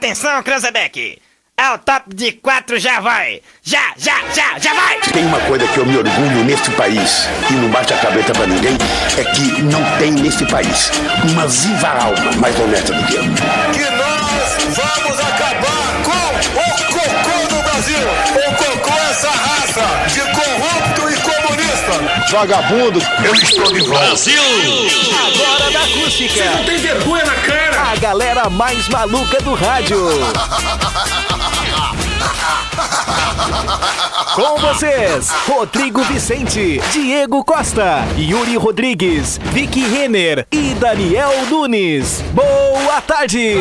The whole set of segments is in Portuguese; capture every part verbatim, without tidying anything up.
Atenção, Cranzebeck! Ao top de quatro já vai! Já, já, já, já vai! Tem uma coisa que eu me orgulho neste país, e não bate a cabeça pra ninguém, é que não tem neste país uma viva alma mais honesta do que eu. Que nós vamos acabar com o cocô no Brasil! O cocô é essa raça de corrupto e comunista! Vagabundo, eu estou de volta. Brasil! Agora da acústica. Você não tem vergonha na cara! A galera mais maluca do rádio. Com vocês, Rodrigo Vicente, Diego Costa, Yuri Rodrigues, Vicky Renner e Daniel Nunes. Boa tarde!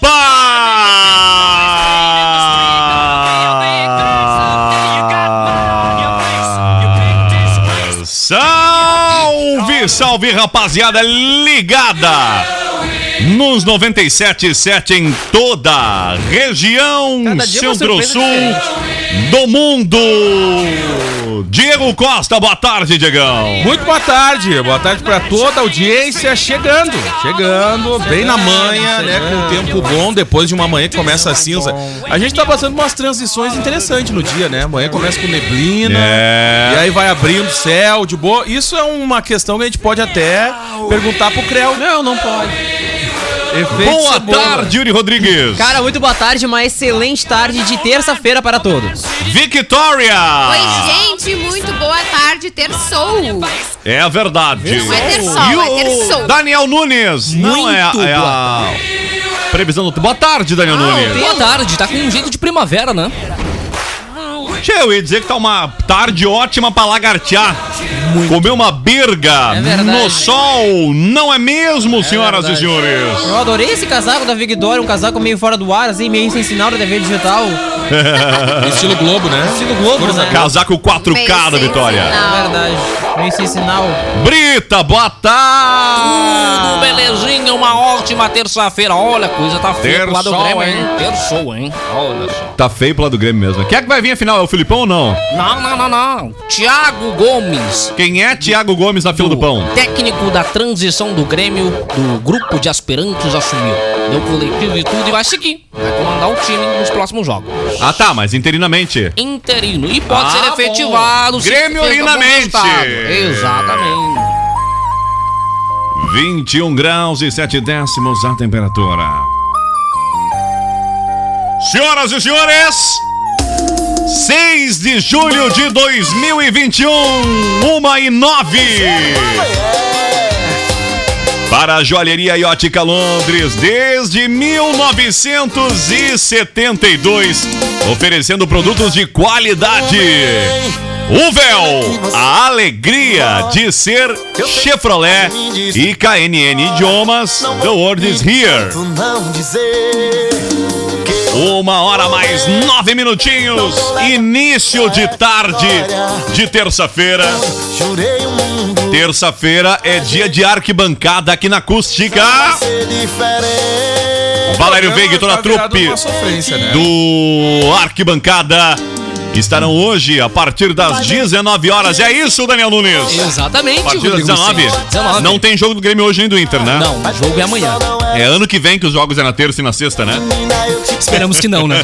Opa! Salve, salve, rapaziada ligada! Nos noventa e sete ponto sete em toda a região centro-sul do mundo. Diego Costa, boa tarde, Diegão. Muito boa tarde, boa tarde pra toda a audiência. Chegando, chegando, bem na manhã, né? Com um tempo bom, depois de uma manhã que começa a cinza. A gente tá passando umas transições interessantes no dia, né? Amanhã começa com neblina, é. E aí vai abrindo céu de boa. Isso é uma questão que a gente pode até perguntar pro Creu. Não, não pode. Efeito boa cebola. Tarde, Yuri Rodrigues. Cara, muito boa tarde, uma excelente tarde de terça-feira para todos. Victoria! Oi, gente, muito boa tarde, terçou. É a verdade. Não é terçol, é terçou. Daniel Nunes. Muito não é, é a previsão do... Boa tarde, Daniel ah, Nunes. Boa tarde, tá com um jeito de primavera, né? Eu ia dizer que tá uma tarde ótima pra lagartear. Muito. Comer uma birga é no sol, não é mesmo, é senhoras verdade. E senhores? Eu adorei esse casaco da Victoria, um casaco meio fora do ar, assim, meio sem sinal da T V digital. Estilo Globo, né? Estilo Globo, né? Casaco quatro K da Vitória. É verdade, meio sem sinal. Brita, boa tarde! Tudo belezinha, uma ótima terça-feira. Olha, a coisa tá feia pro lado do Grêmio, hein? Terçou, hein? Olha só. Tá feio pro lado do Grêmio mesmo. Quem é que vai vir afinal? É o Filipão ou não? Não, não, não, não. Thiago Gomes. Quem é Thiago Gomes na fila do pão? Técnico da transição do Grêmio, do grupo de aspirantes, assumiu. Deu coletivo e tudo e vai seguir. Vai comandar o time nos próximos jogos. Ah, tá, mas interinamente. Interino. E pode ah, ser efetivado. Grêmio-inamente. Exatamente. vinte e um graus e sete décimos a temperatura. Senhoras e senhores, seis de julho de dois mil e vinte e um, uma e nove. Para a Joalheria e Ótica Londres, desde mil novecentos e setenta e dois, oferecendo produtos de qualidade. Uvel, a alegria de ser Chevrolet e K N N Idiomas, the world is here. Uma hora mais nove minutinhos, início de tarde de terça-feira. Terça-feira é dia de arquibancada aqui na Acústica. Valério Veiga e toda a trupe do Arquibancada estarão hoje a partir das dezenove horas. É isso, Daniel Nunes? Exatamente. A partir das dezenove? dezenove. Não tem jogo do Grêmio hoje nem do Inter, né? Não, o jogo é amanhã. É ano que vem que os jogos é na terça e na sexta, né? Esperamos que não, né?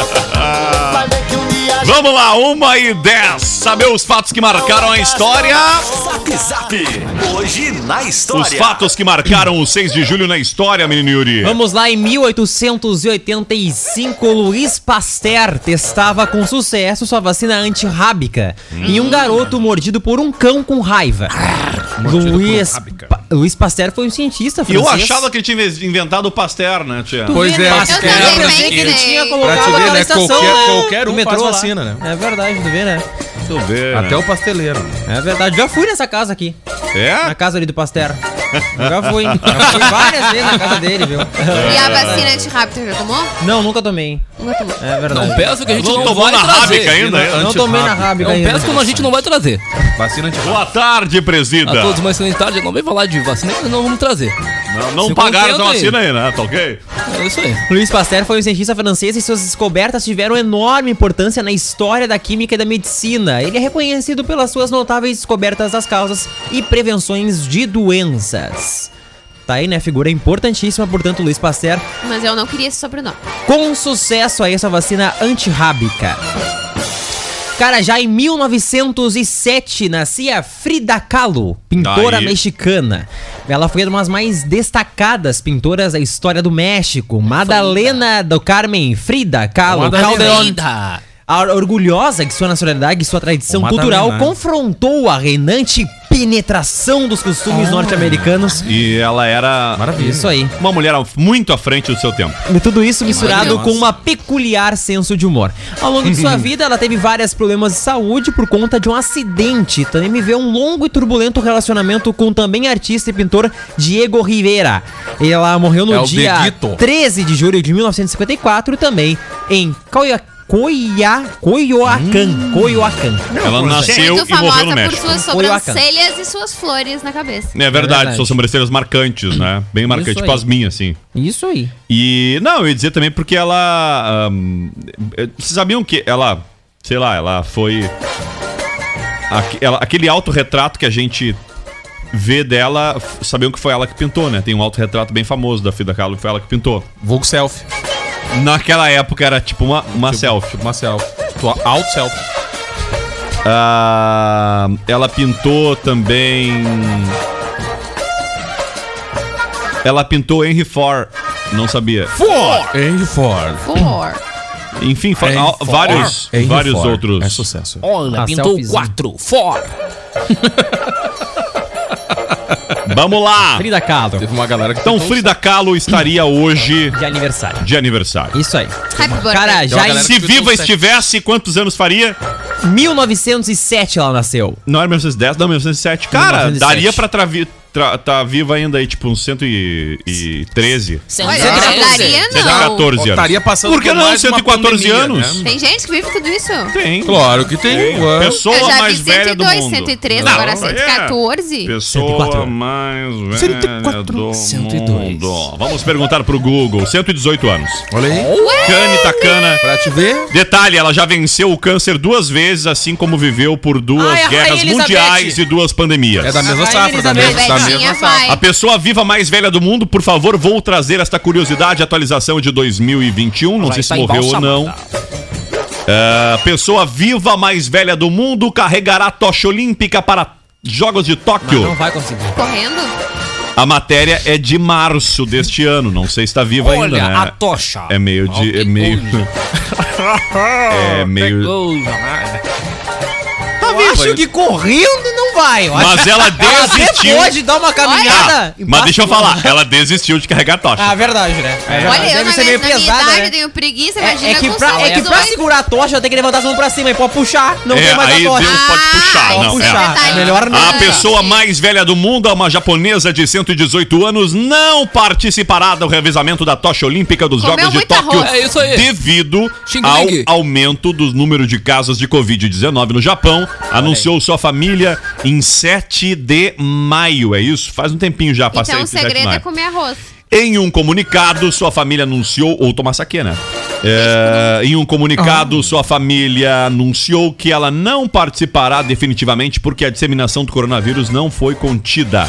Vamos lá, uma e dez. Saber os fatos que marcaram a história. Zap Zap. Hoje na história. Os fatos que marcaram o seis de julho na história, menino Yuri. Vamos lá, em mil oitocentos e oitenta e cinco, Louis Pasteur testava com sucesso sua vacina antirrábica hum. em um garoto mordido por um cão com raiva. Ah, Louis, pa- Louis Pasteur foi um cientista francês. Eu achava que ele tinha inventado o Pasteur, né, tia? Pois é, Pasteur, eu, eu pensei que ele tinha colocado pra te ver, né? estação, Qualquer, né? qualquer um metrô faz lá. vacina, né? É verdade, tu vê, né? Deixa eu ver. Até o pasteleiro. É verdade, já fui nessa casa aqui. É? Na casa ali do Pasteur. Já fui. Já fui várias vezes na casa dele, viu? E a vacina antirrábica já tomou? Não, nunca tomei. Nunca tomou. É verdade. Não peço que a gente não, não, não tomou vai na trazer. rábica ainda? Não, não tomei na rábica Não ainda. peço que a gente não vai trazer. Vacina anti Boa tarde, presida. A todos, mas excelente tarde. Não vem falar de vacina que não vamos trazer. Não, não Se pagaram essa contenta vacina aí, né? Tá ok? É isso aí. Louis Pasteur foi um cientista francês e suas descobertas tiveram enorme importância na história da química e da medicina. Ele é reconhecido pelas suas notáveis descobertas das causas e prevenções de doenças. Tá aí, né? Figura importantíssima, portanto, Luiz Pasteur. Mas eu não queria esse sobrenome. Com sucesso aí essa vacina antirrábica. Cara, já em mil novecentos e sete nascia Frida Kahlo, pintora Aí. mexicana. Ela foi uma das mais destacadas pintoras da história do México. Madalena do Carmen Frida Kahlo Madalena. Calderón. Linda. A orgulhosa de sua nacionalidade e sua tradição Ô, Madalena. cultural, confrontou a reinante penetração dos costumes norte-americanos. E ela era Maravilha. Isso aí. uma mulher muito à frente do seu tempo. E tudo isso misturado maravilhosa. com uma peculiar senso de humor. Ao longo de sua vida, ela teve vários problemas de saúde por conta de um acidente. Também viveu um longo e turbulento relacionamento com o também artista e pintor Diego Rivera. Ela morreu no É o dia Dieguito. treze de julho de mil novecentos e cinquenta e quatro, também em Coia... Coia... Coioacán. Coioacán. Ela nasceu Muito e morreu famosa no por México. suas Coioacán. sobrancelhas e suas flores na cabeça. É verdade, verdade. são sobrancelhas marcantes, né? Bem marcantes, Isso tipo aí. as minhas, assim. Isso aí. E, não, eu ia dizer também porque ela... ahm, eh, vocês sabiam que ela, sei lá, ela foi... aque- ela- aquele autorretrato que a gente vê dela, f- sabiam que foi ela que pintou, né? Tem um autorretrato bem famoso da Frida Kahlo que foi ela que pintou. Vulgo selfie. Naquela época era tipo uma, uma selfie. Tipo uma selfie. Tua auto selfie. Ah, ela pintou também... Ela pintou Henry Ford, não sabia. Ford! Henry Ford. For. Enfim, fa- Henry ah, Ford. vários, Henry vários Ford. outros. É sucesso. Olha, A pintou selfiezinha. quatro. For. Vamos lá! Frida Kahlo. Teve uma galera que Então pintou Frida Kahlo estaria hoje De aniversário. de aniversário. Isso aí. Happy birthday. Cara, já galera em Se viva estivesse, quantos anos faria? mil novecentos e sete ela nasceu. Não era mil novecentos e dez, não, mil novecentos e sete. Cara, mil novecentos e sete. daria pra travi- tra- tá viva ainda aí, tipo, uns cento e treze. Olha, cento e quatorze. daria cento e não. quatorze anos. Estaria passando Por que por não mais uma cento e quatorze pandemia, anos? né? Tem gente que vive tudo isso. Tem. Claro que tem. Tem. Ué. Pessoa Eu já mais vi velha cento e do dois, mundo. cento e três, Não, agora é. cento e quatorze. Pessoa cento e quatro. mais velha cento e quatro. do cento e dois. mundo. Vamos perguntar pro Google. cento e dezoito anos. Olha aí. Cane Tacana. Pra te ver. Detalhe, ela já venceu o câncer duas vezes, assim como viveu por duas Ai, a guerras Rainha Elizabeth. mundiais e duas pandemias. É da mesma Rainha safra. Da Elizabeth. mesma, da Betinha mesma vai. safra. A pessoa viva mais velha do mundo, por favor, vou trazer esta curiosidade, atualização de dois mil e vinte e um, não Já sei se está morreu ou embalsamada. não. É, A pessoa viva mais velha do mundo carregará a tocha olímpica para Jogos de Mas Tóquio. não vai conseguir. Correndo? A matéria é de março deste ano, não sei se está viva ainda, Olha, né? a tocha. É meio de... É Ok, meio... hoje. É meio... Pegou, Eu acho que correndo não vai. Eu acho Mas ela ela até desistiu... pode dar uma caminhada. Ah, mas deixa eu falar, ela desistiu de carregar a tocha. Ah, verdade, né? É verdade. Olha, eu Deve na, ser minha, meio na minha pesada, idade né? tenho preguiça, É, imagina é que com pra, é que pra dois. segurar a tocha tem que levantar as mãos pra cima e pode puxar. Não É, tem mais aí a tocha. Deus pode puxar, Ah, não. Pode é. puxar. Detalhe. Melhor não. A pessoa mais velha do mundo, uma japonesa de cento e dezoito anos, não participará do revezamento da tocha olímpica dos Comeu Jogos de muito Tóquio arroz. É isso aí. devido Xing ao Ling. aumento do número de casos de covid dezenove no Japão, anunciou sua família em sete de maio. É isso? Faz um tempinho já, passei Então o esse sete de segredo é maio. comer arroz. Em um comunicado, sua família anunciou, ou tomar saque, né? É, em um comunicado, sua família anunciou que ela não participará definitivamente porque a disseminação do coronavírus não foi contida.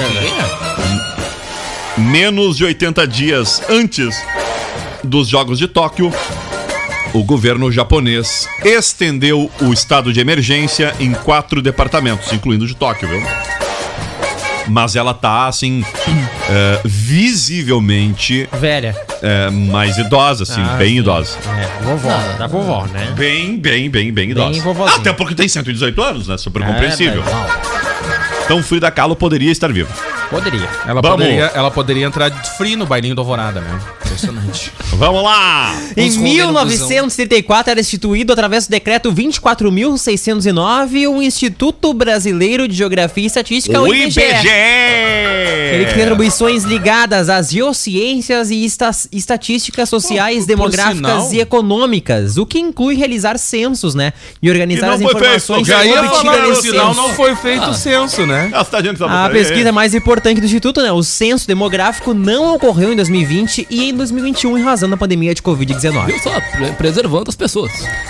Menos de oitenta dias antes dos Jogos de Tóquio, o governo japonês estendeu o estado de emergência em quatro departamentos, incluindo o de Tóquio, viu? Mas ela tá, assim, é, visivelmente Velha. é, mais idosa, assim, Ah, bem sim. idosa. É, vovó. Da vovó, né? Bem, bem, bem, bem idosa. vovozinha. Até porque tem cento e dezoito anos, né? Super É, compreensível. velho. Então Frida Kahlo poderia estar viva. Poderia. Ela Vamos. poderia, ela poderia entrar de free no bailinho do Alvorada, né? Impressionante. Vamos lá! Em Uns mil rolê no novecentos e trinta e quatro era instituído, através do decreto vinte e quatro mil seiscentos e nove, o Instituto Brasileiro de Geografia e Estatística, o O I B I G B E. G Ele que tem atribuições ligadas às geociências e esta- estatísticas sociais, Por- por demográficas sinal- e econômicas, o que inclui realizar censos, né? E organizar E não as foi feito, informações já ia obtidas falar, no nesse final censo. não foi feito o censo, né? Ela tá dizendo que tá A botando- pesquisa mais importante importante do Instituto, né? O censo demográfico não ocorreu em dois mil e vinte e em dois mil e vinte e um em razão da pandemia de covid dezenove. Viu só? Pre- preservando as pessoas.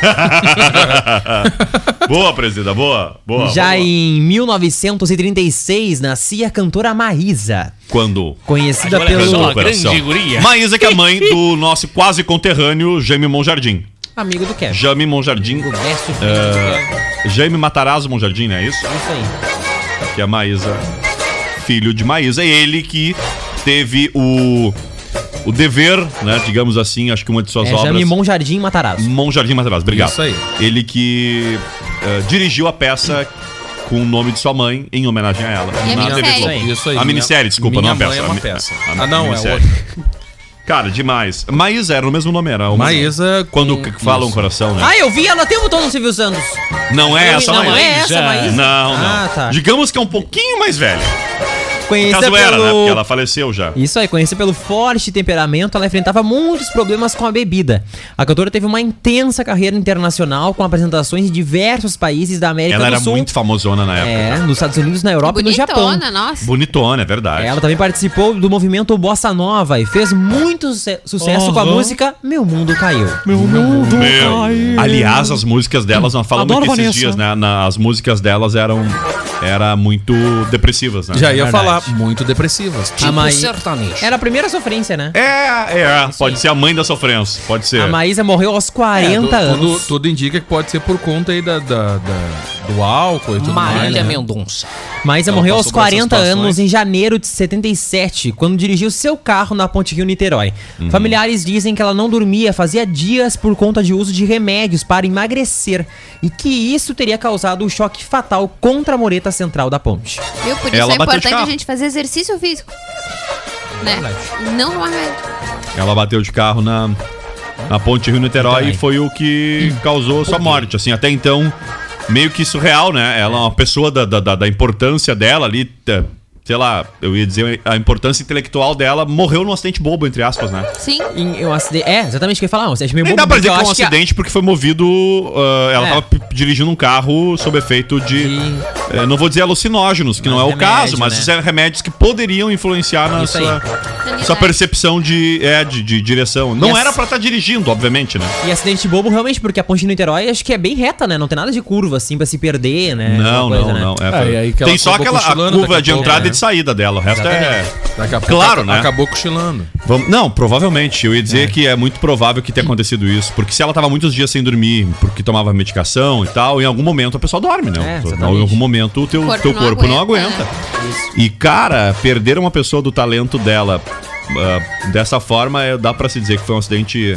Boa, presida, boa, boa. Já boa. em mil novecentos e trinta e seis nascia a cantora Maísa, Quando? conhecida Agora pelo... pensou uma Coração. grande guria. Maísa, que é mãe do nosso quase conterrâneo Jaime Monjardim. Amigo do Kevin. Jaime Monjardim. O Décio Filho É, Jaime Matarazzo Monjardim, não é isso? do Kevin. Isso aí. Que é a Maísa, filho de Maísa. É ele que teve o, o dever, né, digamos assim, acho que uma de suas É obras... Jaime Monjardim Matarazzo. Monjardim Matarazzo, obrigado. Isso aí. Ele que eh, dirigiu a peça com o nome de sua mãe em homenagem a ela. E a na T V minissérie? Globo. Isso aí. A minissérie, desculpa, minha não a mãe peça. é uma mi- peça. a- a Ah, não, é minissérie. outra. Cara, demais. Maísa era no mesmo nome, era uma... Maísa Quando com- c- falam isso. coração, né? Ah, eu vi ela o tempo todo no Silvio Santos. Não é essa não Maísa. é essa, Maísa? Não, não. Ah, tá. Digamos que é um pouquinho mais velha. No Conhecida caso era, né? pelo... Porque ela faleceu já. Isso aí, conhecida pelo forte temperamento, ela enfrentava muitos problemas com a bebida. A cantora teve uma intensa carreira internacional com apresentações em diversos países da América Ela do era Sul. muito famosona na época. É, nos Estados Unidos, na Europa e no Japão. Bonitona, nossa. Bonitona, é verdade. Ela também participou do movimento Bossa Nova e fez muito suce- sucesso com a música Meu Mundo Caiu. Meu mundo Meu. Aliás, as músicas delas, nós falamos Adoro aqui esses Vanessa. dias, né? na- as músicas delas eram era muito depressivas, né? Já ia Verdade. falar, muito depressivas. A Maí- sertanejo. Era a primeira sofrência, né? É, é, pode ser a mãe da sofrência, pode ser. A Maísa morreu aos quarenta É, tu- tudo, anos. tudo indica que pode ser por conta aí da, da- da- do álcool e tudo mais. Marília né? Mendonça. Maísa Ela morreu aos passou por essas quarenta situações. anos em janeiro de setenta e sete, quando dirigiu seu carro na Ponte Rio-Niterói. Uhum. Familiares dizem que ela não dormia fazia dias por conta de uso de remédios para emagrecer e que isso teria causado o choque fatal contra a mureta central da ponte. Viu? Por isso Ela é bateu de importante a carro. gente fazer exercício físico. Né? Não no remédio. Ela bateu de carro na, na ponte Rio-Niterói Niterói. e foi o que causou sua morte. Assim, até então, meio que surreal, né? Ela é uma pessoa da, da, da- da importância dela ali, é, sei lá, eu ia dizer a importância intelectual dela, morreu num acidente bobo, entre aspas, né? Sim. Em, um acidente, é, exatamente o que eu ia falar, um acidente meio Nem bobo, dá pra porque dizer eu que é um acho que a- acidente porque foi movido. ah, ela É. tava p- dirigindo um carro sob efeito de. De- eh, não vou dizer alucinógenos, que não é o remédio, caso, mas né? esses eram remédios que poderiam influenciar na Isso aí. sua, Sanidade. sua percepção de, é, de, de direção. Não Yes. era pra estar dirigindo, obviamente, né? E acidente bobo realmente, porque a ponte de Niterói acho que é bem reta, né? Não tem nada de curva assim pra se perder, né? Não, Aquela coisa, não, né? não. É, Ah, foi- e aí que ela tem só acabou aquela a cochilando curva daqui a de pouco, entrada né? e de saída dela. O resto é. Daqui a pouco Claro, aca- né? acabou cochilando. Vamos- não, provavelmente. Eu ia dizer que é muito provável que tenha acontecido isso. Porque se ela tava muitos dias sem dormir, porque tomava medicação e tal, em algum momento a pessoa dorme, né? É, em exatamente. algum momento o teu O corpo teu não corpo não aguenta, aguenta. E, cara, perder uma pessoa do talento dela ah, dessa forma, é, dá pra se dizer que foi um acidente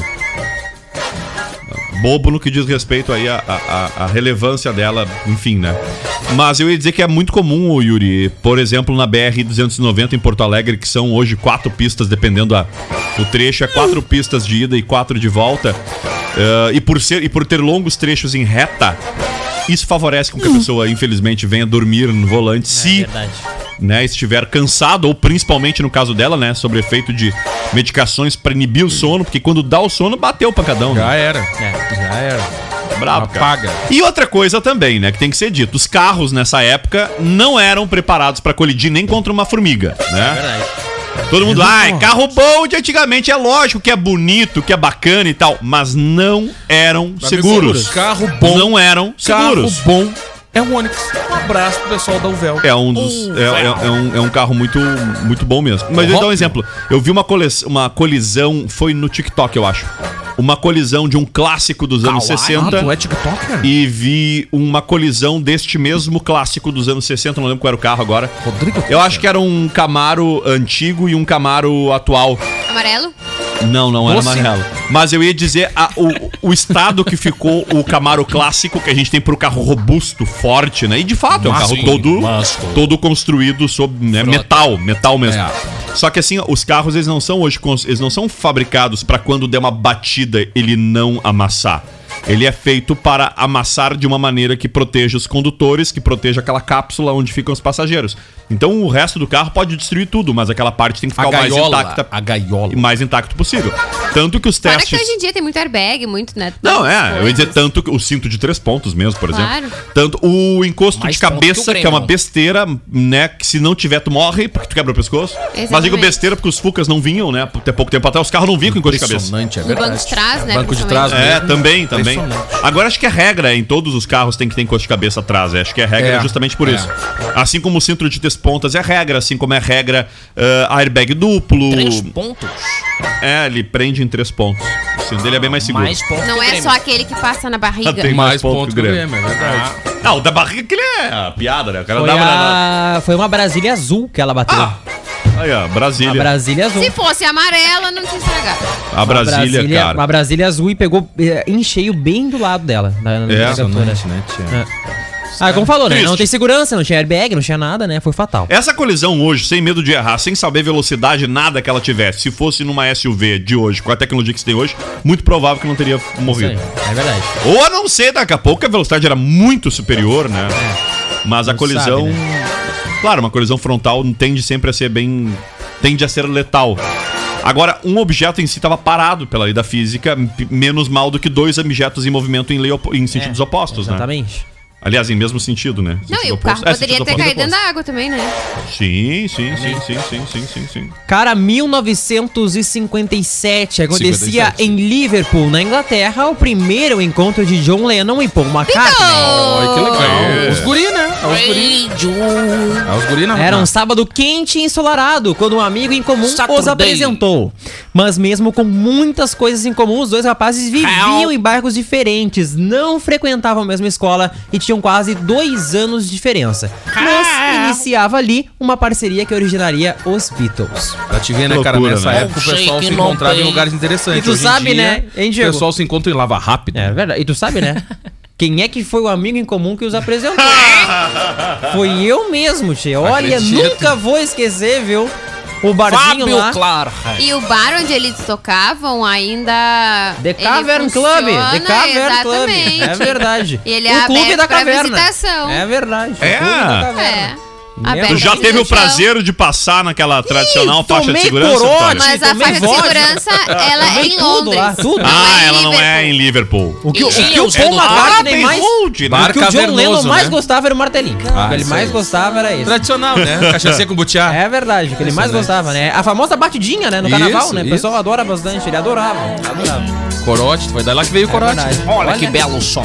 ah, bobo no que diz respeito aí à à- à relevância dela, enfim, né? Mas eu ia dizer que é muito comum, ô Yuri, por exemplo, na B R duzentos e noventa em Porto Alegre, que são hoje quatro pistas, dependendo a, o trecho, é quatro pistas de ida e quatro de volta. ah, e, por ser, e por ter longos trechos em reta, isso favorece com que a pessoa, infelizmente, venha dormir no volante, se Verdade. né, estiver cansado, ou principalmente no caso dela, né, sobre efeito de medicações para inibir o sono, porque quando dá o sono, bateu o pancadão, Já né? era. É. Já era. Brabo, cara. Apaga. E outra coisa também, né, que tem que ser dito, os carros nessa época não eram preparados para colidir nem contra uma formiga, né? Verdade. Todo mundo, ai, carro bom de antigamente, é lógico que é bonito, que é bacana e tal, mas não eram seguros. Carro bom. Não eram seguros. Carro bom é o Onix. Um abraço pro pessoal da Uvel. É um dos. É, é- é um, é um carro muito, muito bom mesmo. Mas eu vou dar um exemplo. Eu vi uma, cole, uma colisão, foi no TikTok, eu acho. Uma colisão de um clássico dos anos sessenta. Ah, tu é TikToker? E vi uma colisão deste mesmo clássico dos anos sessenta, não lembro qual era o carro agora. Rodrigo. Eu acho que era um Camaro antigo e um Camaro atual. Amarelo? Não, não era Doce. amarelo. Mas eu ia dizer a- o, o estado que ficou o Camaro clássico, que a gente tem pro carro robusto, forte, né? E de fato, é um Mas carro sim, todo, mas- todo construído sob né, metal, metal mesmo. É. Só que assim, os carros eles não são hoje, cons- eles não são fabricados pra quando der uma batida ele não amassar. ele é feito para amassar de uma maneira que proteja os condutores, que proteja aquela cápsula onde ficam os passageiros. Então o resto do carro pode destruir tudo, mas aquela parte tem que ficar A o mais gaiola, intacta, a gaiola. e mais intacto possível. Tanto que os Fora testes... que hoje em dia tem muito airbag, muito, né? Não, tantas é, eu ia dizer coisas. tanto que o cinto de três pontos mesmo, por Claro. exemplo. Tanto o encosto Mais de ponto que cabeça, o que, é uma Grêmio. besteira, né? Que se não tiver, tu morre, porque tu quebra o pescoço. Exatamente. Mas digo besteira porque os Fucas não vinham, né? Até pouco tempo atrás, os carros não vinham com encosto de cabeça. Impressionante, é No verdade. banco de trás, né, Banco de trás principalmente. É, mesmo. também, também. Impressionante. Agora acho que a regra é, em todos os carros tem que ter encosto de cabeça atrás. Acho que a regra é, É, justamente por é. isso. Assim como o cinto de três pontas é regra, assim como é regra uh, airbag duplo. Três pontos. É, ele prende em três pontos. O cinto dele é bem mais seguro. Mais pontos Não que o é Grêmio. só aquele que passa na barriga. Tem Mais ponto pontos que que o o Grêmio. Grêmio, é verdade. Não, o da barriga que ele é a piada, né? O cara Foi, dava na... a... Foi uma Brasília azul que ela bateu. Ah, aí, ó, Uma Brasília. Brasília azul. Se fosse amarela, não tinha estragado. A Brasília, cara. Uma Brasília azul e pegou eh, em cheio bem do lado dela. Na, na É. ligatura. Impressionante, né, tia? Ah, como falou, né? Triste. Não tem segurança, não tinha airbag, não tinha nada, né? Foi fatal. Essa colisão hoje, sem medo de errar, sem saber velocidade, nada que ela tivesse, se fosse numa S U V de hoje, com a tecnologia que se tem hoje, muito provável que não teria Isso morrido. aí, é verdade. Ou a não ser, daqui a pouco, que a velocidade era muito superior, né? Mas a Não colisão... sabe, Claro, uma colisão frontal tende sempre a ser bem... Tende a ser letal. Agora, um objeto em si estava parado pela lei da física, p- menos mal do que dois objetos em movimento em, lei opo- em sentidos opostos, né? Exatamente. Aliás, em mesmo sentido, né? Não, Sentido e o oposto. carro É, poderia sentido ter oposto. caído dentro da água também, né? Sim, sim, sim, sim, sim, sim, sim, sim. Cara, mil novecentos e cinquenta e sete acontecia cinquenta e sete. em Liverpool, na Inglaterra, o primeiro encontro de John Lennon e Paul McCartney. Olha que legal. Aê. Os guri, né? É os guri. Ei, John. É os guri na Era um sábado quente e ensolarado, quando um amigo em comum os Saturday. apresentou. Mas mesmo com muitas coisas em comum, os dois rapazes viviam em bairros diferentes, não frequentavam a mesma escola e tinham quase dois anos de diferença. Mas iniciava ali uma parceria que originaria os Beatles. Pra te ver, né, Que cara? loucura, Nessa né? época o Sei pessoal que se não encontrava tem. em lugares interessantes. E tu Hoje em sabe, dia, né, hein, o Diego? pessoal se encontra em lava rápido. É verdade. E tu sabe, né? Quem é que foi o amigo em comum que os apresentou? Foi eu mesmo, tchê. Olha, Acredito. nunca vou esquecer, viu? O barzinho Fábio lá. Clark. E o bar onde eles tocavam ainda. The ele Cavern Club. funciona, The Cavern Club. exatamente. É verdade. E ele é o Clube aberto da pra Caverna. visitação. É verdade. É? O Clube da Caverna. É. Meu Aberto Tu já pra teve o visitação. prazer de passar naquela tradicional Ih, faixa de tomei segurança, corote. Vitória? Mas a Tomei faixa de vodka. segurança, ela é Tomei em tudo Londres. lá, tudo. Ah, é em ela não é Liverpool. em Liverpool. O que, o E que tinha o os Paul do- McCartney tem mais... hold, né? Bar O que o John cavernoso, Lennon mais né? gostava era o martelinho. Ah, o que ele isso mais aí. gostava era esse. Tradicional, né? Cachaça com butiá. É verdade, o que ele mais gostava, né? A famosa batidinha, né? No Isso, carnaval, né? O isso. pessoal adora bastante, ele adorava. Adorava. Corote, foi daí lá que veio o É corote. verdade. Olha que belo som.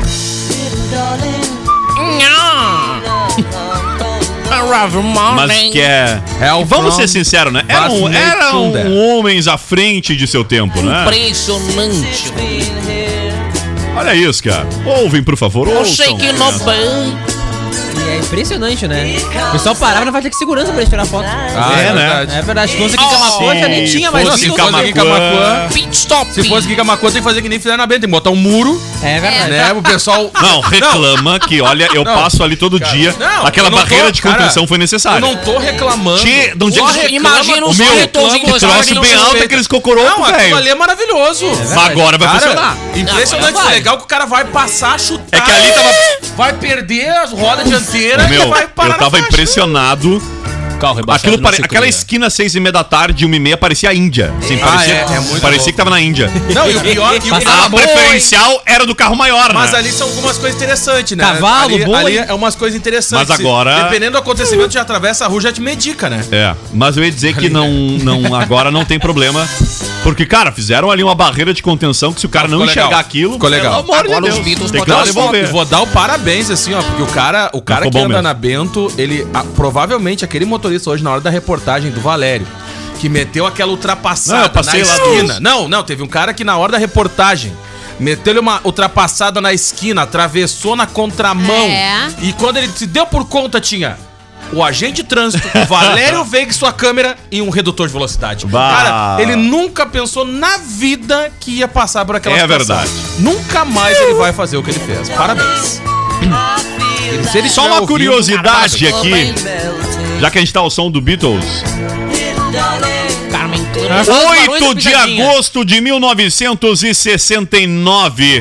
Mas que é... Hell Vamos from ser sinceros, né? Eram, Fascinate eram Thunder. homens à frente de seu tempo, né? Impressionante. Olha isso, cara. Ouvem, por favor, Eu ouçam. sei que não bem. E é impressionante, né? O pessoal parava na faixa de segurança pra eles tirar foto. Ah, É, é, né? verdade. É verdade, se fosse aqui em Camacuã já nem tinha mais fosse Beatles, em né? Camaquã, Pit stop. Se fosse aqui em Camacuã, tem que fazer que nem fizeram na Benta. Tem que botar um muro, É verdade. né? O pessoal... Não, reclama que, olha, eu Não, passo ali todo dia. não, Aquela eu não tô- barreira de contenção cara, foi necessária. Eu não tô reclamando. Tchê, não digo Só que- reclama- Imagina O os meu, corretores que troço bem alto, aqueles cocorocos, Não, aquilo velho. ali é maravilhoso. Agora vai Cara, funcionar. Impressionante, Agora vai. legal que o cara vai passar, chutar. É que ali tava- Vai perder as rodas dianteiras Meu, e vai parar eu na tava faixa. impressionado. Carro rebaixado Aquilo não pare... se Aquela cria. esquina seis e meia da tarde, uma e meia, parecia a Índia. Assim, Ah, parecia é, é muito parecia louco. que tava na Índia. Não, e o pior é que o Passava cara A Ah, boi. preferencial era do carro maior, Mas né? ali são algumas coisas interessantes, né? Cavalo, ali, boi. ali é umas coisas interessantes. Mas agora- Dependendo do acontecimento, já atravessa a rua, já te medica, né? É, mas eu ia dizer que não, não, agora não tem problema. Porque, cara, fizeram ali uma barreira de contenção que se o cara não Ficou enxergar legal. aquilo, Ficou legal. pelo amor de Agora os Deus, Beatles tem que botaram lá as devolver. E vou dar o parabéns, assim, ó, porque o cara, o cara ficou que bom anda mesmo. na Bento, ele, ah, provavelmente, aquele motorista hoje, na hora da reportagem do Valério, que meteu aquela Não, ultrapassada eu passei na lá esquina. dos- Não, não, teve um cara que na hora da reportagem meteu-lhe uma ultrapassada na esquina, atravessou na contramão. É. E quando ele se deu por conta, tinha o agente de trânsito, o Valério Veiga e sua câmera e um redutor de velocidade. Bah. Cara, ele nunca pensou na vida que ia passar por aquela É situação. verdade. Nunca mais ele vai fazer o que ele fez. Parabéns. Ele- se ele Só estiver uma ouvindo, curiosidade aqui, já que a gente tá ao som do Beatles. Carmen Ah, Clara. oito de agosto de mil novecentos e sessenta e nove.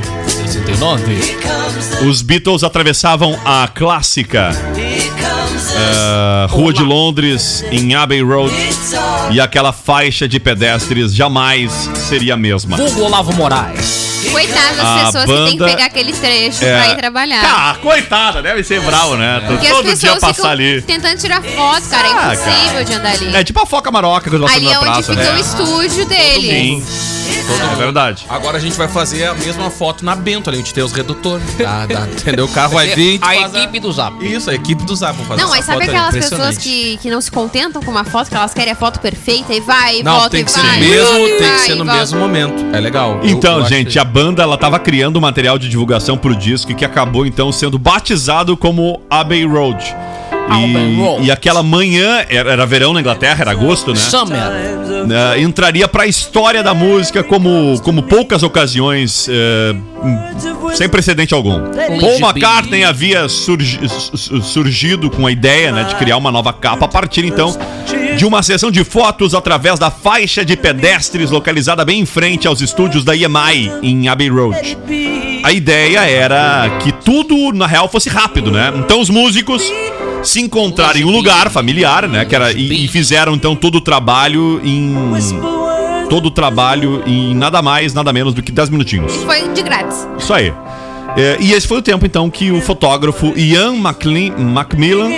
sessenta e nove. Os Beatles atravessavam a clássica uh, Rua de Londres em Abbey Road e aquela faixa de pedestres jamais seria a mesma. Vulgo Olavo Moraes. Coitadas das A pessoas que têm que banda pegar aquele trecho é- pra ir trabalhar. Ah, coitada, deve ser bravo, né? Porque as Todo dia pessoas passar ficam ali. tentando tirar foto, cara. É Ah, impossível cara. de andar ali. É tipo a Foca Maroca quando nós Ali estamos é na onde praça, fica né? o estúdio deles. Sim. É verdade. Agora a gente vai fazer a mesma foto na Bento ali, a gente tem os redutores. Tá, tá, entendeu? O carro vai vir. A faz equipe do Zap. Isso, a equipe do Zap. Vamos fazer Não, essa mas sabe foto aí, aquelas pessoas impressionante. que, que não se contentam com uma foto, que elas querem a foto perfeita e vai, e Não, volta tem e que ser vai. no mesmo, e tem que vai, ser e no volta. mesmo momento. É legal. Eu- Então, eu acho gente, que- a banda ela tava criando material de divulgação pro disco que acabou então sendo batizado como Abbey Road. Abbey Road. E, e aquela manhã, era, era verão na Inglaterra, era agosto, né? Summer. Eh, entraria pra história da música como, como poucas ocasiões, eh, hum, sem precedente algum. Paul McCartney havia surgi- su- surgido com a ideia, né, de criar uma nova capa a partir então de uma sessão de fotos através da faixa de pedestres localizada bem em frente aos estúdios da E M I em Abbey Road. A ideia era que tudo na real fosse rápido, né? Então os músicos se encontraram em um lugar familiar, né? Que era, e, e fizeram então todo o trabalho em. Todo o trabalho em nada mais, nada menos do que dez minutinhos. Foi de grátis. Isso aí. É, e esse foi o tempo então que o fotógrafo Ian McLean, Macmillan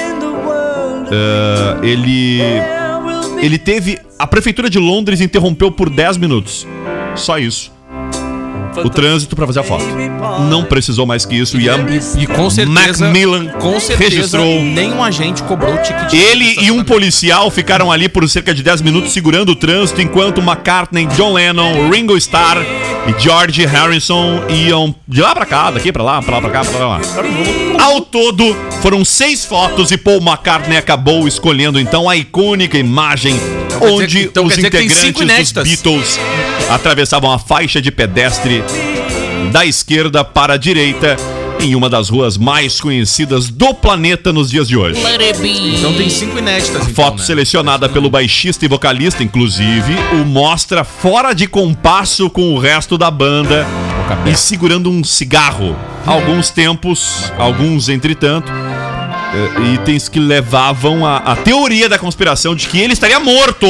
é, ele. Ele teve. A prefeitura de Londres interrompeu por dez minutos. Só isso. O trânsito pra fazer a foto. Não precisou mais que isso. Ian E com certeza, Macmillan com certeza, registrou. nenhum agente cobrou o ticket. Ele e um policial ficaram ali por cerca de dez minutos segurando o trânsito, enquanto McCartney, John Lennon, Ringo Starr e George Harrison iam de lá pra cá, daqui pra lá, pra lá pra cá, pra lá. Ao todo, foram seis fotos e Paul McCartney acabou escolhendo então a icônica imagem quer onde dizer- então os quer dizer que tem cinco integrantes dos inéditas. Beatles atravessavam a faixa de pedestre da esquerda para a direita em uma das ruas mais conhecidas do planeta nos dias de hoje. Let it be. Então tem cinco inéditas. então, Foto né? selecionada pelo baixista e vocalista, inclusive, o mostra fora de compasso com o resto da banda e segurando um cigarro. Alguns tempos, alguns entretanto, eh, itens que levavam a, a teoria da conspiração de que ele estaria morto.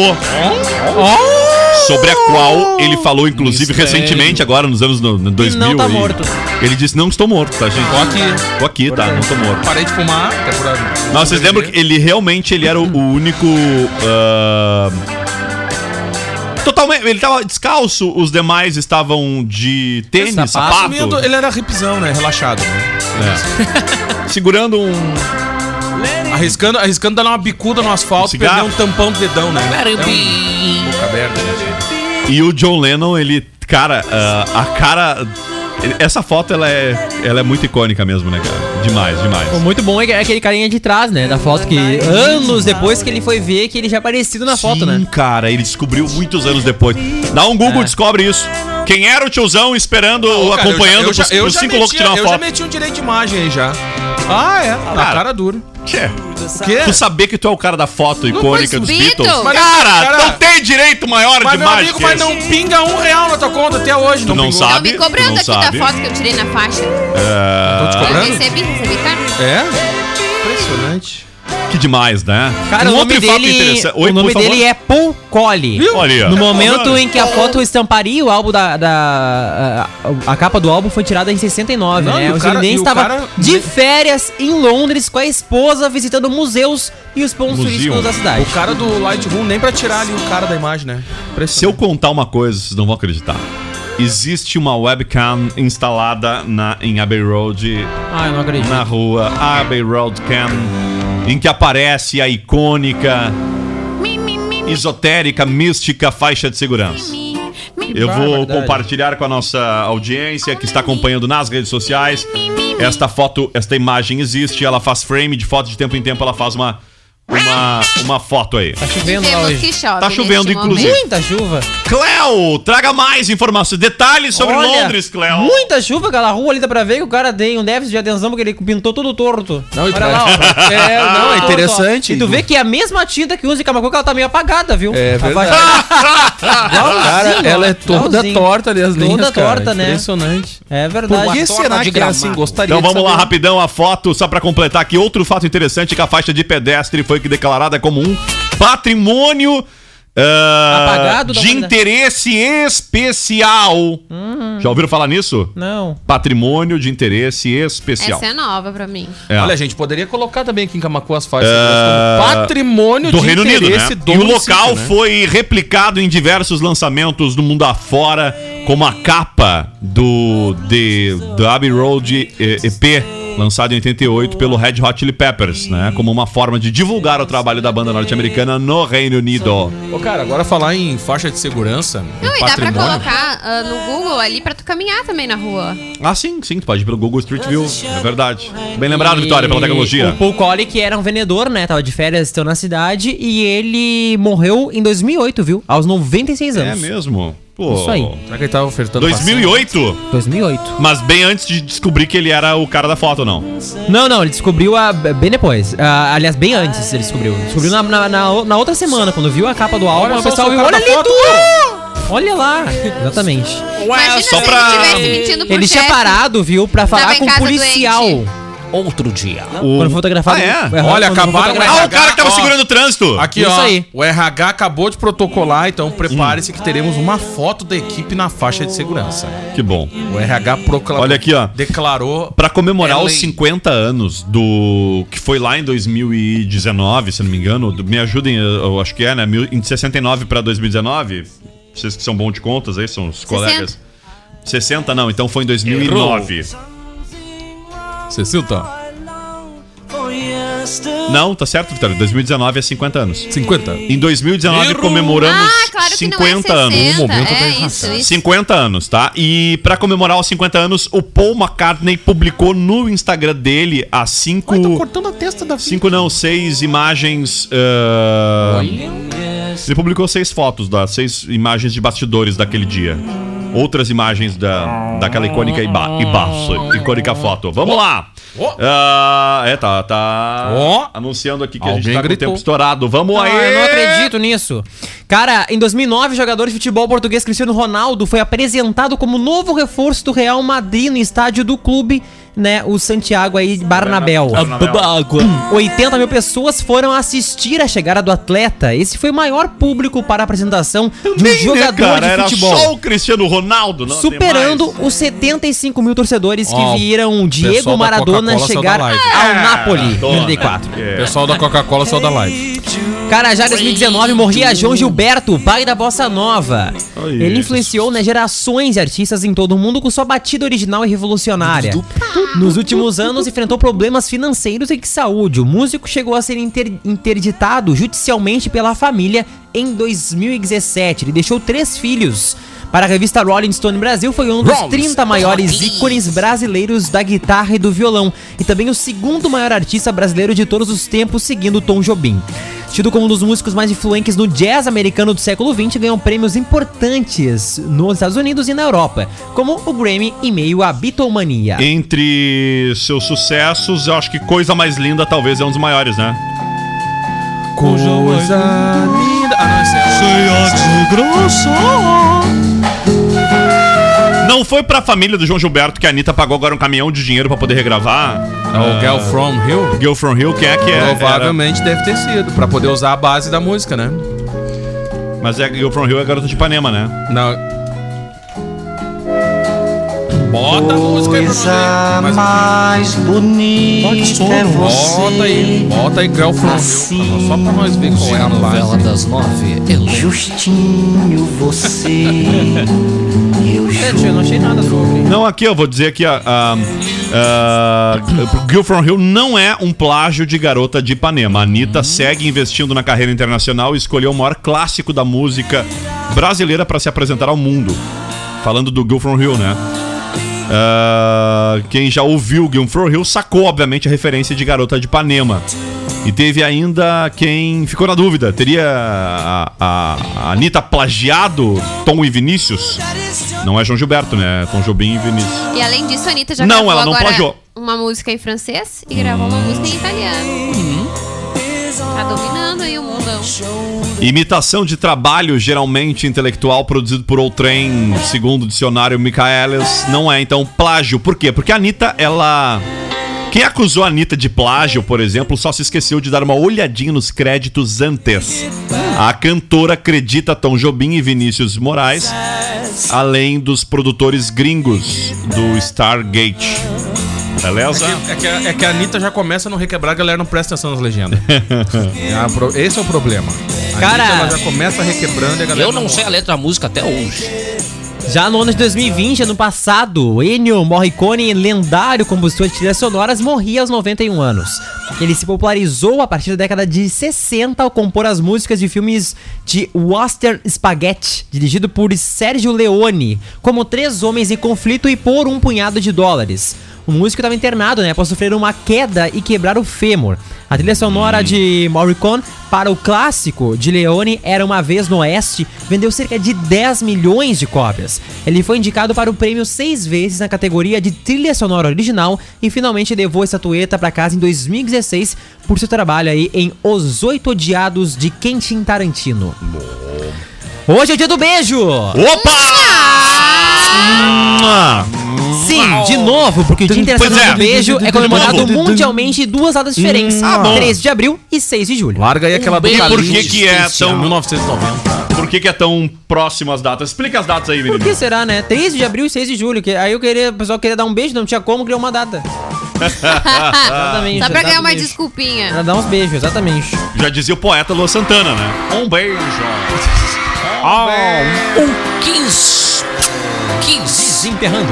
Sobre a qual ele falou, inclusive, Mistério. recentemente, agora nos anos no, no dois mil. não tá aí. morto. Ele disse: não estou morto, tá, gente? Tô aqui. Tô aqui, tá? Não tô morto. Parei de fumar, até por aí. Não, vocês lembram que ele realmente ele era o, o único. ah, Totalmente. Ele tava descalço, os demais estavam de tênis, Sapato. sapato. Assumindo, ele era hipzão, né? Relaxado, né? É. Segurando um. Arriscando, arriscando dar uma bicuda no asfalto, cigarro. perder um tampão do dedão, né? Let it É um- be. boca aberta, né? E o John Lennon, ele. Cara, ah, a cara. ele- Essa foto, ela é, ela é muito icônica mesmo, né, cara? Demais, demais. O muito bom é que- é aquele carinha de trás, né? Da foto que anos depois que ele foi ver que ele já aparecido na foto, Sim, né? cara, ele descobriu muitos anos depois. Dá um Google, É. descobre isso. Quem era o tiozão esperando, Ô, cara, acompanhando eu já, os, eu já, eu os já cinco loucos meti- tirar uma Eu foto? já meti um direito de imagem aí já. Ah, é. Na Cara. cara dura. Tchê. O quê? Tu saber que tu é o cara da foto icônica dos Beatles? Beatles? Mas, Cara, cara, não tem direito maior Mas, de meu mágica. amigo, mas não pinga um real na tua conta até hoje. Tu não pingou. sabe. Estão me cobrando não aqui sabe. da foto que eu tirei na faixa. Tô te Eu cobrando? recebi, recebi, cara. É? Impressionante. Que demais, né? Cara, Um o nome outro fato dele, interessante- Oi, o nome por favor. dele é Paul Collie. Viu? Olha aí, ó. No momento Mano. em que a foto estamparia o álbum da. da a, a capa do álbum foi tirada em sessenta e nove, Não, né? e o O cara- Zinedine e o estava cara- de férias em Londres com a esposa visitando museus e os pontos Museu. turísticos da cidade. O cara do Lightroom, nem pra tirar ali o cara da imagem, né? Se eu contar uma coisa, vocês não vão acreditar. Existe uma webcam instalada na, em Abbey Road, Ah, eu não acredito. na rua Abbey Road Cam, em que aparece a icônica, esotérica, mística faixa de segurança. Eu Ah, vou verdade. compartilhar com a nossa audiência que está acompanhando nas redes sociais. Esta foto, esta imagem existe, ela faz frame de foto de tempo em tempo, ela faz uma, uma, uma foto aí. Tá chovendo lá Temos hoje. que chove Tá chovendo, neste inclusive. momento. Muita chuva. Cleo, traga mais informações, detalhes sobre Olha, Londres, Cleo. Muita chuva, aquela rua ali dá pra ver que o cara tem um déficit de atenção porque ele pintou todo torto. Não, e Olha pra- lá, ó. É, não, é Todo interessante. torto, ó. E tu vê que é a mesma tinta que usa em Camacuã, que ela tá meio apagada, viu? É A verdade. faixa- Cara, Igualzinho, ela ó, é toda igualzinho. torta ali, as Toda linhas, cara. torta, né? Impressionante. É Por verdade. que torta será de que é assim? gramado. Gostaria Então de vamos lá, saber. rapidão, a foto, só pra completar aqui. Outro fato interessante é que a faixa de pedestre foi declarada como um patrimônio ah, Apagado da de humanidade. interesse especial. Já ouviram falar nisso? Não. Patrimônio de interesse especial. Essa é nova pra mim. É. Olha, a gente poderia colocar também aqui em Camacuã as faixas É, como patrimônio do de Reino Unido, né? interesse do E o município, local né? foi replicado em diversos lançamentos do mundo afora, como a capa do The, The Abbey Road E P, lançado em oitenta e oito pelo Red Hot Chili Peppers, né? Como uma forma de divulgar o trabalho da banda norte-americana no Reino Unido. Ô, cara, agora falar em faixa de segurança, em Não, e dá pra patrimônio. colocar ah, no Google ali pra tu caminhar também na rua. Ah, sim, sim, tu pode ir pelo Google Street View, é verdade. Bem lembrado, Vitória, pela tecnologia. O Paul Colley, que era um vendedor, né? Tava de férias, estão na cidade. E ele morreu em dois mil e oito, viu? Aos noventa e seis É anos. mesmo? Pô. Isso aí. Será que ele tava ofertando dois mil e oito? dois mil e oito. Mas bem antes de descobrir que ele era o cara da foto, não? Não, não, ele descobriu a, bem depois. Ah, aliás, bem antes ele descobriu. Descobriu na, na, na, na outra semana, quando viu a capa do álbum, Olha o só, pessoal sou o viu, cara olha da ali, foto, tu! Olha lá, exatamente. Imagina só se pra- ele tivesse mentindo pro Ele tinha chefe. parado, viu, pra falar Tava em com o casa policial. doente. Outro dia. O... Quando fotografado. Ah, é? Aham, Olha, quando acabaram- fotografado- Ah, o cara que tava Ó. segurando o trânsito. Aqui, Isso ó. aí. O R H acabou de protocolar, então prepare-se que teremos uma foto da equipe na faixa de segurança. Que bom. O R H proclamou. Olha aqui, ó. Declarou. Pra comemorar É os lei. cinquenta anos do... Que foi lá em dois mil e dezenove, se não me engano. do- Me ajudem, eu eu acho que é, né? Mil- Em sessenta e nove pra dois mil e dezenove. Vocês que são bons de contas aí, são os colegas. sessenta não, então foi em dois mil e nove. sessenta? Não, tá certo, Vitória. dois mil e dezenove é cinquenta anos. cinquenta. Em dois mil e dezenove Errou. comemoramos Ah, claro que não é cinquenta anos. sessenta. No momento eu tô é errado. isso, isso. cinquenta anos, tá? E pra comemorar os cinquenta anos, o Paul McCartney publicou no Instagram dele as cinco... Ai, tô cortando a testa da Cinco não, seis imagens. ah, Ele publicou seis fotos, das seis imagens de bastidores daquele dia. Outras imagens da, daquela icônica iba, ibaço, icônica foto. Vamos lá! Ó. Ah, é, tá, tá Ó. anunciando aqui que a gente Alguém tá com o gritou. tempo estourado. Vamos Ah, aí! eu não acredito nisso. Cara, em dois mil e nove, o jogador de futebol português Cristiano Ronaldo foi apresentado como novo reforço do Real Madrid no estádio do clube, né, o Santiago aí Bernabéu. oitenta mil pessoas foram assistir a chegada do atleta. Esse foi o maior público para a apresentação de um Nem, né, jogador cara? de Era futebol. só o Cristiano Ronaldo, não tem Superando mais. os setenta e cinco mil torcedores que Ó, viram Diego pessoal da Maradona Coca-Cola saiu chegar da live. ao Napoli toma. em oitenta e quatro. É. O pessoal da Coca-Cola saiu da live. Cara, já em dois mil e dezenove morria João Gilberto, pai da bossa nova. Ai, Ele Jesus. influenciou, né, gerações de artistas em todo o mundo com sua batida original e revolucionária. Nos últimos anos enfrentou problemas financeiros e de saúde. O músico chegou a ser inter- interditado judicialmente pela família em dois mil e dezessete. Ele deixou três filhos. Para a revista Rolling Stone Brasil, foi um dos trinta maiores ícones brasileiros da guitarra e do violão, e também o segundo maior artista brasileiro de todos os tempos, seguindo Tom Jobim. Tido como um dos músicos mais influentes no jazz americano do século vinte, ganhou prêmios importantes nos Estados Unidos e na Europa, como o Grammy em meio à Beatlemania. Entre seus sucessos, eu acho que Coisa Mais Linda talvez é um dos maiores, né? Coisa linda. Ah, não, esse é Não foi pra família do João Gilberto que a Anitta pagou agora um caminhão de dinheiro pra poder regravar? É o Girl From Hill? Girl From Hill, quem é que é? Provavelmente deve ter sido, pra poder usar a base da música, né? Era- Mas é Girl From Hill é garota de Ipanema, né? Não. Bota a música aí pra nós aí. Mais um mais bonita é você. Bota aí, bota aí Girl From Hill. Só pra nós ver qual é a Novela base. das nove. Eu Justinho, você. Eu Gente, eu não achei nada sobre. Não, aqui eu vou dizer que a, a, a Girl From Hill não é um plágio de Garota de Ipanema. A Anitta segue investindo na carreira internacional e escolheu o maior clássico da música brasileira para se apresentar ao mundo. Falando do Girl From Hill, né? Ah, quem já ouviu Girl From Hill sacou, obviamente, a referência de Garota de Ipanema. E teve ainda quem ficou na dúvida. Teria a, a, a Anitta plagiado Tom e Vinícius? Não é João Gilberto, né? Tom Jobim e Vinícius. E além disso, a Anitta já Não, gravou ela não agora plagiou. uma música em francês e gravou uma música em italiano. Uhum. Tá dominando aí o mundão. Imitação de trabalho geralmente intelectual produzido por outrem, segundo o dicionário Michaelis, não é então plágio. Por quê? Porque a Anitta, ela... Quem acusou a Anitta de plágio, por exemplo, só se esqueceu de dar uma olhadinha nos créditos antes. A cantora acredita Tom Jobim e Vinícius Moraes, além dos produtores gringos do Stargate. Beleza? É que, é, que a, é que a Anitta já começa a não requebrar, a galera não presta atenção nas legendas. É, esse é o problema. A Cara, Anitta, ela já começa requebrando e a galera Eu não sei a letra da música até hoje. Já no ano de dois mil e vinte, ano passado, Ennio Morricone, lendário compositor de trilhas sonoras, morria aos noventa e um anos. Ele se popularizou a partir da década de sessenta ao compor as músicas de filmes de Western Spaghetti, dirigido por Sergio Leone, como Três Homens em Conflito e Por um Punhado de Dólares. O músico estava internado, né, após sofrer uma queda e quebrar o fêmur. A trilha sonora de Morricone para o clássico de Leone, Era Uma Vez no Oeste, vendeu cerca de dez milhões de cópias. Ele foi indicado para o prêmio seis vezes na categoria de trilha sonora original e finalmente levou a estatueta para casa em dois mil e dezesseis por seu trabalho aí em Os Oito Odiados de Quentin Tarantino. Hoje é o dia do beijo! Opa! Sim, de novo, porque o Dia Internacional Pois é. do Beijo é comemorado novo. mundialmente em duas datas diferentes, Ah, bom. treze de abril e seis de julho. Larga aí aquela do beijo. E por Calixto, que que é tão... mil novecentos e noventa. Por que que é tão próximo as datas? Explica as datas aí, menino. Por que será, né? treze de abril e seis de julho. Que aí eu queria, o pessoal queria dar um beijo, não tinha como criar uma data. Exatamente. Só pra ganhar uma exatamente. desculpinha. Pra dar uns beijos, exatamente. Já dizia o poeta Lua Santana, né? Um beijo. O quinze. quinze. Desenterrando.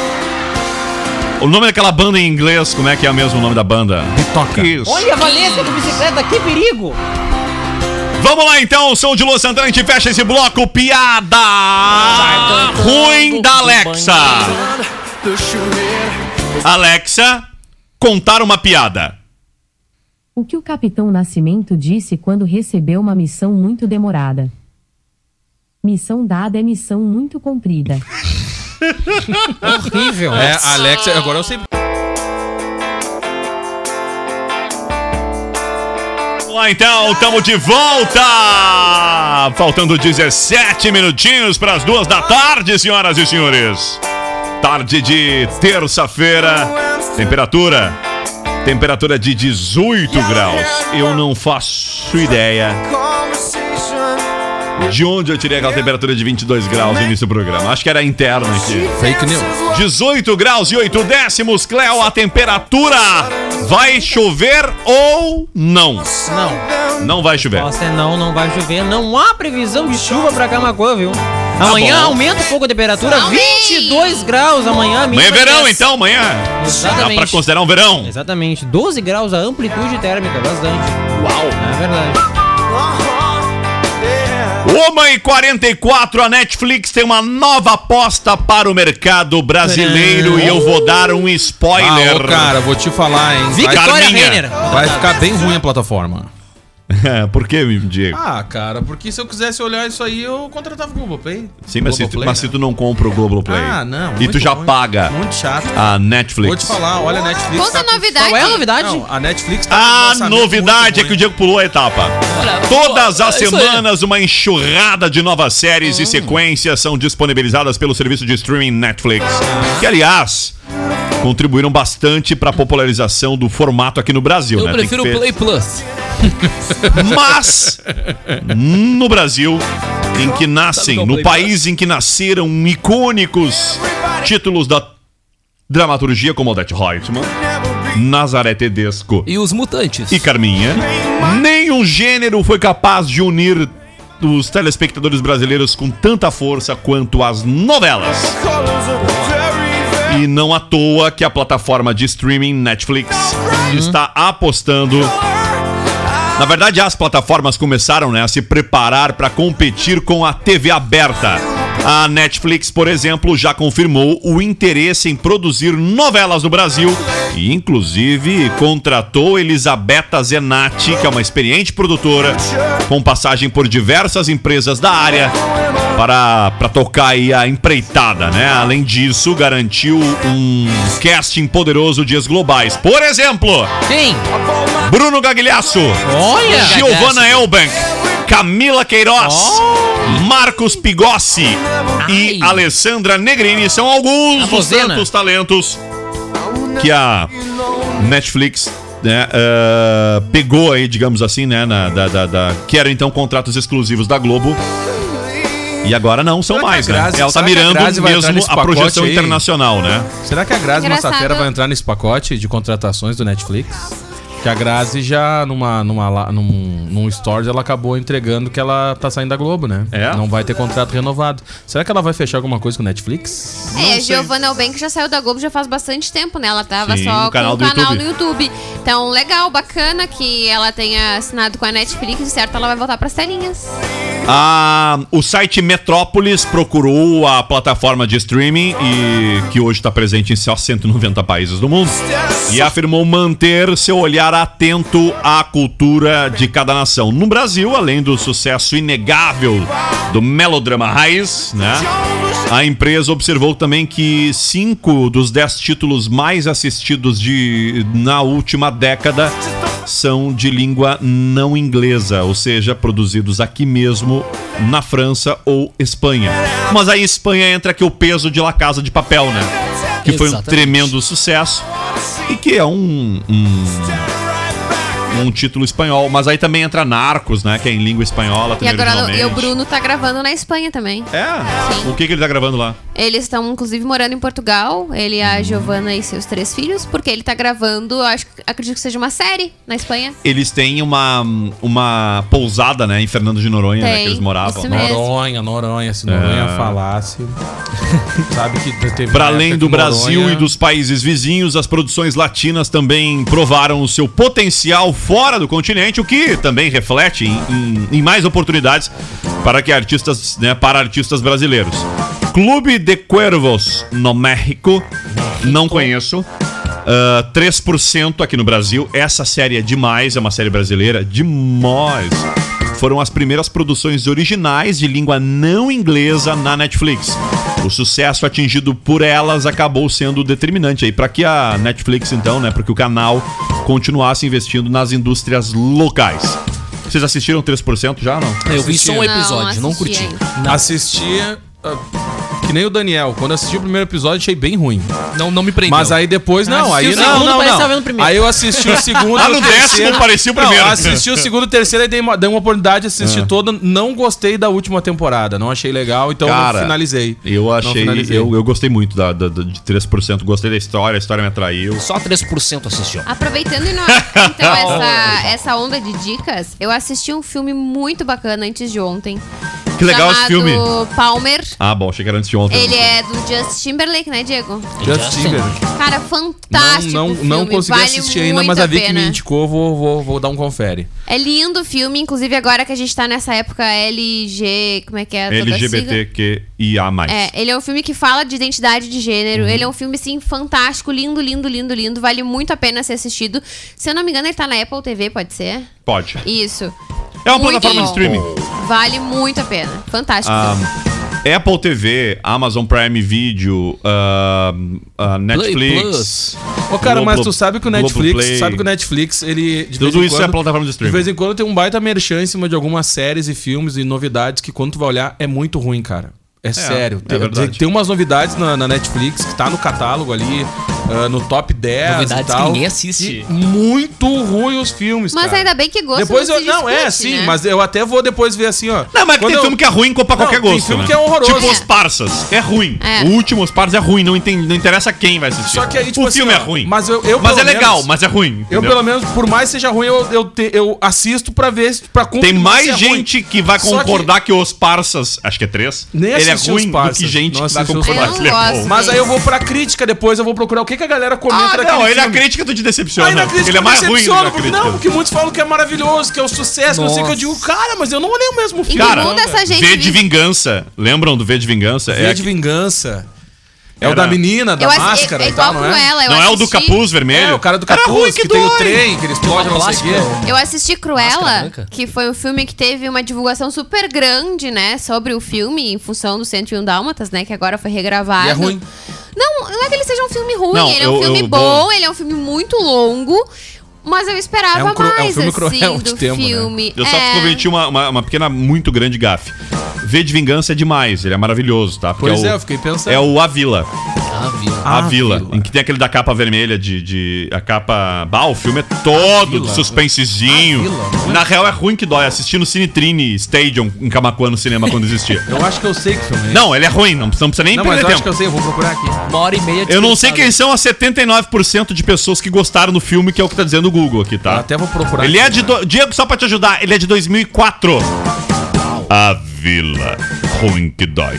O nome daquela banda em inglês, como é que é mesmo o nome da banda? Toca. Isso. Olha a Valesca de bicicleta, que perigo! Vamos lá então, som de Lua Santana, a gente fecha esse bloco. Piada ruim da Alexa. Alexa, contar uma piada. O que o Capitão Nascimento disse quando recebeu uma missão muito demorada? Missão dada é missão muito comprida. Horrível. É, Alexa, agora eu sei. Vamos lá então, estamos de volta. Faltando dezessete minutinhos para as duas da tarde, senhoras e senhores. Tarde de terça-feira. Temperatura. Temperatura de dezoito graus. Eu não faço ideia de onde eu tirei aquela temperatura de vinte e dois graus no início do programa. Acho que era interno aqui. Fake news. dezoito graus e oito décimos, Cléo, a temperatura. Vai chover ou não? Não. Não vai chover. Nossa, não, não vai chover. Não há previsão de chuva pra Camaquã, viu? Amanhã bom. aumenta um pouco a temperatura, vinte e dois graus amanhã. Amanhã é verão, então, amanhã. Exatamente. Dá pra considerar um verão. Exatamente. doze graus a amplitude térmica, bastante. Uau. É verdade. Uma e quarenta e quatro, a Netflix tem uma nova aposta para o mercado brasileiro e eu vou dar um spoiler. Ah, ô, cara, vou te falar, hein. Victoria Carminha. Renner. Vai ficar bem ruim a plataforma. Por que, Diego? Ah, cara, porque se eu quisesse olhar isso aí, eu contratava o Globoplay. Sim, mas, se tu, Globoplay, mas se né? tu não compra o Globoplay Ah, não. e muito tu já ruim, paga Muito chato. a Netflix. Vou te falar, olha a Netflix. Conta tá a com- novidade. Qual é a novidade? Não, a Netflix tá com um A lançamento novidade muito é que o ruim. Diego pulou a etapa. Todas as é isso aí. semanas, uma enxurrada de novas séries e sequências são disponibilizadas pelo serviço de streaming Netflix. Que, aliás, contribuíram bastante para a popularização do formato aqui no Brasil, Eu né? prefiro o Tem que Play Plus. Mas, no Brasil, em que nascem, no país em que nasceram icônicos títulos da dramaturgia como Odete Reutemann, Nazaré Tedesco E os Mutantes. e Carminha, nenhum gênero foi capaz de unir os telespectadores brasileiros com tanta força quanto as novelas. E não à toa que a plataforma de streaming Netflix está apostando. Na verdade, as plataformas começaram, né, a se preparar para competir com a T V aberta. A Netflix, por exemplo, já confirmou o interesse em produzir novelas no Brasil e, inclusive, contratou Elisabetta Zenatti, que é uma experiente produtora, com passagem por diversas empresas da área, para, para tocar aí a empreitada, né? Além disso, garantiu um casting poderoso dias globais. Por exemplo, Quem? Bruno Gagliasso, Olha! Giovanna Elbank, Camila Queiroz, Marcos Pigossi e Ai. Alessandra Negrini são alguns A dos Rosena. tantos talentos que a Netflix, né, uh, pegou aí, digamos assim, né, na, da, da, da, que eram então contratos exclusivos da Globo. E agora não são Será que mais, a Grazi- né? Ela tá será que a mirando Grazi vai entrar mesmo nesse a pacote projeção aí? internacional, né? Será que a Grazi Engraçado. Massafera vai entrar nesse pacote de contratações do Netflix? Que a Grazi já, numa, numa, la- num, num stories, ela acabou entregando que ela tá saindo da Globo, né? É? Não vai ter contrato renovado. Será que ela vai fechar alguma coisa com o Netflix? É, a Giovanna Elbank já saiu da Globo já faz bastante tempo, né? Ela tava Sim, só no canal com o do canal YouTube. no YouTube. Então, legal, bacana que ela tenha assinado com a Netflix. De certo, ela vai voltar pras telinhas. Ah, o site Metrópolis procurou a plataforma de streaming e que hoje está presente em só cento e noventa países do mundo e afirmou manter seu olhar atento à cultura de cada nação. No Brasil, além do sucesso inegável do melodrama raiz, né? A empresa observou também que cinco dos dez títulos mais assistidos de, na última década são de língua não inglesa, ou seja, produzidos aqui mesmo na França ou Espanha. Mas aí Espanha entra aqui o peso de La Casa de Papel, né? Que foi um Exatamente. tremendo sucesso e que é um, um um título espanhol, mas aí também entra Narcos, né? Que é em língua espanhola E também agora e o originalmente. Bruno tá gravando na Espanha também. É? Sim. O que que ele tá gravando lá? Eles estão, inclusive, morando em Portugal. Ele, a Giovanna e seus três filhos, porque ele tá gravando, acho, acredito que seja uma série na Espanha. Eles têm uma, uma pousada, né? Em Fernando de Noronha, né? Tem, Que eles moravam. isso né? mesmo. Noronha, Noronha. Se Noronha É. falasse... Sabe que teve Para uma além época do que Brasil Noronha- e dos países vizinhos, as produções latinas também provaram o seu potencial fora do continente, o que também reflete em, em- em mais oportunidades para que artistas, né, para artistas brasileiros. Clube de Cuervos no México, não conheço. Uh, três por cento aqui no Brasil. Essa série é demais, é uma série brasileira demais. Foram as primeiras produções originais de língua não inglesa na Netflix. O sucesso atingido por elas acabou sendo determinante aí para que a Netflix, então, né, para que o canal continuasse investindo nas indústrias locais. Vocês assistiram três por cento já, não? Eu vi só um Assistia. episódio, não, assisti curti. ainda. Assistia... ah, que nem o Daniel. Quando eu assisti o primeiro episódio, achei bem ruim. Não, não me prendeu. Mas aí depois, não, Assisti aí o não, segundo, não, parece que não. tava vendo o primeiro. Aí eu assisti o segundo Ah, e no o décimo terceiro. parecia o primeiro. Não, assisti o segundo e o terceiro e dei uma, dei uma oportunidade de assistir toda. Não gostei da última temporada, não achei legal, então Cara, não finalizei. Eu Não achei, finalizei. eu, eu gostei muito da, da- da- de três por cento, gostei da história, a história me atraiu. Só três por cento assistiu. Aproveitando ino- então essa, essa onda de dicas, eu assisti um filme muito bacana antes de ontem. Que legal esse chamado filme. Palmer. Ah, bom, achei que era antes de ontem. Ele é do Justin Timberlake, né, Diego? Justin Timberlake. Cara, fantástico Não, não, filme. não consegui vale assistir ainda, muito mas a Vicky pena. me indicou, vou, vou, vou dar um confere. É lindo o filme, inclusive agora que a gente tá nessa época L G... Como é que é? toda a L G B sigla? T Q I A mais. É, ele é um filme que fala de identidade de gênero. Uhum. Ele é um filme, assim, fantástico, lindo, lindo, lindo, lindo. Vale muito a pena ser assistido. Se eu não me engano, ele tá na Apple T V, pode ser? Pode. Isso. É uma Muito plataforma de bom. streaming. Vale muito a pena. Fantástico Ah, filme. Apple T V, Amazon Prime Video, ah, ah, Netflix. Plus. Ô, cara, Globo- mas tu sabe que o Netflix, Globoplay. sabe que o Netflix, ele... De Tudo vez em isso é quando- plataforma de streaming. De vez em quando tem um baita merchan em cima de algumas séries e filmes e novidades que quando tu vai olhar é muito ruim, cara. É, sério. é tem, verdade. tem umas novidades na, na Netflix que tá no catálogo ali, ah, no top dez Novidades e tal. que ninguém assiste. E muito ruim os filmes, Mas cara. ainda bem que gosto Depois não eu, se não, é discute, sim, né? mas eu até vou depois ver assim, ó. Não, mas Quando tem eu- filme que é ruim pra qualquer Não, tem gosto. filme né? que é horroroso. Tipo É. Os Parsas. É ruim. É. O último Os Parsas é ruim. Não, enten- não interessa quem vai assistir. Só que aí, tipo o assim, filme ó, é ruim. mas eu- eu, mas pelo é legal, menos- mas é ruim. Eu, entendeu? pelo menos, por mais seja ruim, eu, eu, te- eu assisto pra ver, pra Tem confirmar mais se é gente ruim. que vai Só que- concordar que... Os Parsas, acho que é três, Nem ele é assisti Os ruim do Parsas, que gente não que vai assisti Os concordar Parsas. que ele é Eu não bom. gosto. Mas aí eu vou pra crítica depois, eu vou procurar o que, que, que a galera comenta Ah, daquele não, ele é a filme? crítica, tu te decepciona. Aí na crítica Ele é eu mais ruim do que decepciono, a porque- crítica. Não, porque muitos falam que é maravilhoso, que é o sucesso, não sei o que eu digo, cara, mas eu não olhei o mesmo filme. Cara, mundo essa gente V de vive- Vingança. Lembram do V de Vingança? V é de aqui- Vingança. É o Era- da menina, da Eu assi- máscara é e tal, igual não é? Cruella, eu Não é o do assisti- capuz vermelho? É, o cara do Era capuz, ruim que, que tem o dói. trem, que ele explode, não sei o quê. Eu assisti Máscara Cruella, branca. que foi um filme que teve uma divulgação super grande, né? Sobre o filme, em função do cento e um Dálmatas, né? Que agora foi regravado. E é ruim. Não, não é que ele seja um filme ruim, Não, ele é um eu- filme eu bom, vou- ele é um filme muito longo. Mas eu esperava É um cru- é um mais, filme assim, cruel de do tempo, né? filme. Eu só É. cometi uma, uma, uma pequena, muito grande gafe. V de Vingança é demais, ele é maravilhoso, tá? Porque Pois é, é, o, eu fiquei pensando. é o A Vila. Ah, viu. A A Vila, Vila. em que tem aquele da capa vermelha de. de a capa. Bah, o filme é todo Vila. de suspensezinho. A Vila, não é? Na real é ruim que dói. Assisti no Cine Trini Stadium em Camaquã no cinema quando existia. Eu acho que eu sei que filme é. Não, ele é ruim, não, não precisa nem Não, mas perder eu acho que tempo. eu sei, eu vou procurar aqui. Uma hora e meia de Eu não sei quem são as setenta e nove por cento de pessoas que gostaram do filme, que é o que tá dizendo o Google aqui, Eu tá? até vou procurar. Ele é aqui, de. né? Do... Diego, só pra te ajudar, ele é de dois mil e quatro. A Vila. Ruim que dói.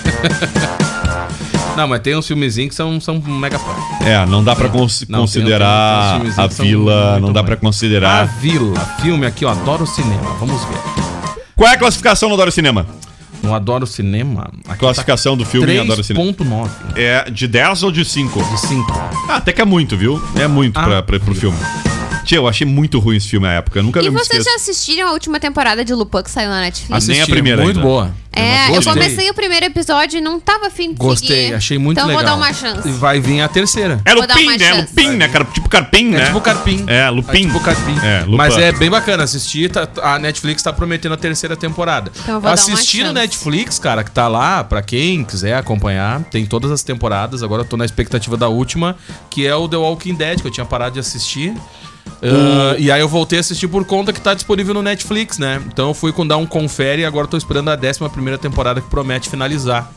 Não, mas tem uns filmezinhos que são, são mega pop. É, não dá pra cons- Não, considerar tem- tem uns filmezinhos a que são Vila, muito não dá bons. pra A considerar. Vila, filme aqui, ó, Adoro Cinema. Vamos ver. Qual é a classificação no Adoro Cinema? No Adoro Cinema. Aqui Classificação do filme em Adoro tá Cinema. três ponto nove É de dez ou de cinco? de cinco. Ah, até que é muito, viu? É muito Ah. pra, pra, pro filme. Tia, eu achei muito ruim esse filme na época. Eu nunca E me vocês esqueço. já assistiram a última temporada de Lupin que saiu na Netflix? nem a Assisti, primeira Muito ainda. boa. É, eu Gostei. comecei o primeiro episódio e não tava afim de Gostei, seguir. achei muito então legal. Então vou dar uma chance. E vai vir a terceira. É Vou dar Lupin, uma né? chance. Lupin, né? Cara, tipo Carpim, né? É tipo Carpim. É, Lupin. É tipo Carpim. É, Lupin. Mas é bem bacana assistir. Tá- a Netflix tá prometendo a terceira temporada. Então eu vou dar uma Assistir no chance. Netflix, cara, que tá lá, pra quem quiser acompanhar, tem todas as temporadas. Agora eu tô na expectativa da última, que é o The Walking Dead, que eu tinha parado de assistir. Ah, e aí eu voltei a assistir por conta que tá disponível no Netflix, né? Então eu fui com dar um confere e agora eu tô esperando a décima primeira temporada que promete finalizar.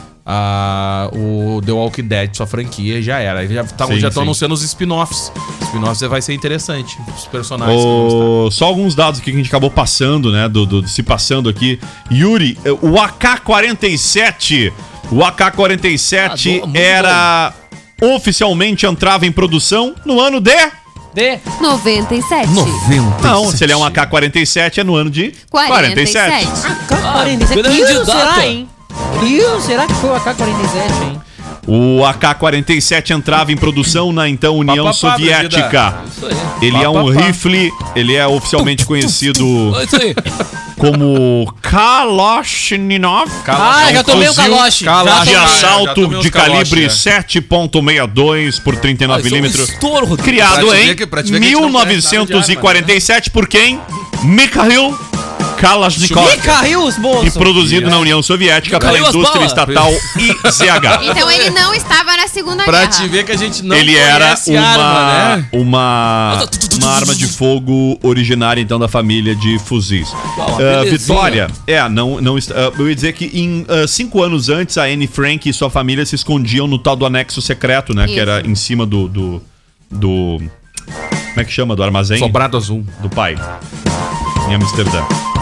Ah, o The Walking Dead, sua franquia, já era. Aí já estão Sim, já tão sim. anunciando os spin-offs. Os spin-offs vai ser interessante. Os personagens que vão estar. O- Só alguns dados aqui que a gente acabou passando, né? Do, do- se passando aqui. Yuri, o A K quarenta e sete. O A K quarenta e sete Ah, do- muito era. Oficialmente entrava em produção no ano de. De noventa e sete. Não, se ele é um A K quarenta e sete, é no ano de quarenta e sete. quarenta e sete. quarenta e sete. grande Que ano data. será, hein? Que ano será que foi o A K quarenta e sete, hein? O A K quarenta e sete entrava em produção na então União Pá, pá, pá, Soviética. Isso aí. Ele Pá, é um pá, pá. rifle, ele é oficialmente conhecido É Isso aí. como Kalashnikov. Ah, já tomei um fuzil, caloche. caloche. De Já, já assalto tomei uns de caloches, calibre já. sete ponto sessenta e dois por trinta e nove Ah, isso é um milímetros. estouro, Rodrigo. Criado Pra te em ver que- pra te ver que a gente não conhece nada de mil novecentos e quarenta e sete por quem? Mikhail Kalashnikov. Que carrios, E moço! produzido na União Soviética pela Caiu as indústria balas. estatal I Z H. Então ele não estava na Segunda Pra Guerra. te ver que a gente não Ele era conhece uma, arma, né? uma, uma arma de fogo originária, então, da família de fuzis. uma Ah, belezinha. Vitória, é, não, não, est- ah, eu ia dizer que em ah, cinco anos antes, a Anne Frank e sua família se escondiam no tal do anexo secreto, né? Que Isso. era em cima do, do, do... Como é que chama? Do armazém? Sobrado azul. Do pai. Em Amsterdã.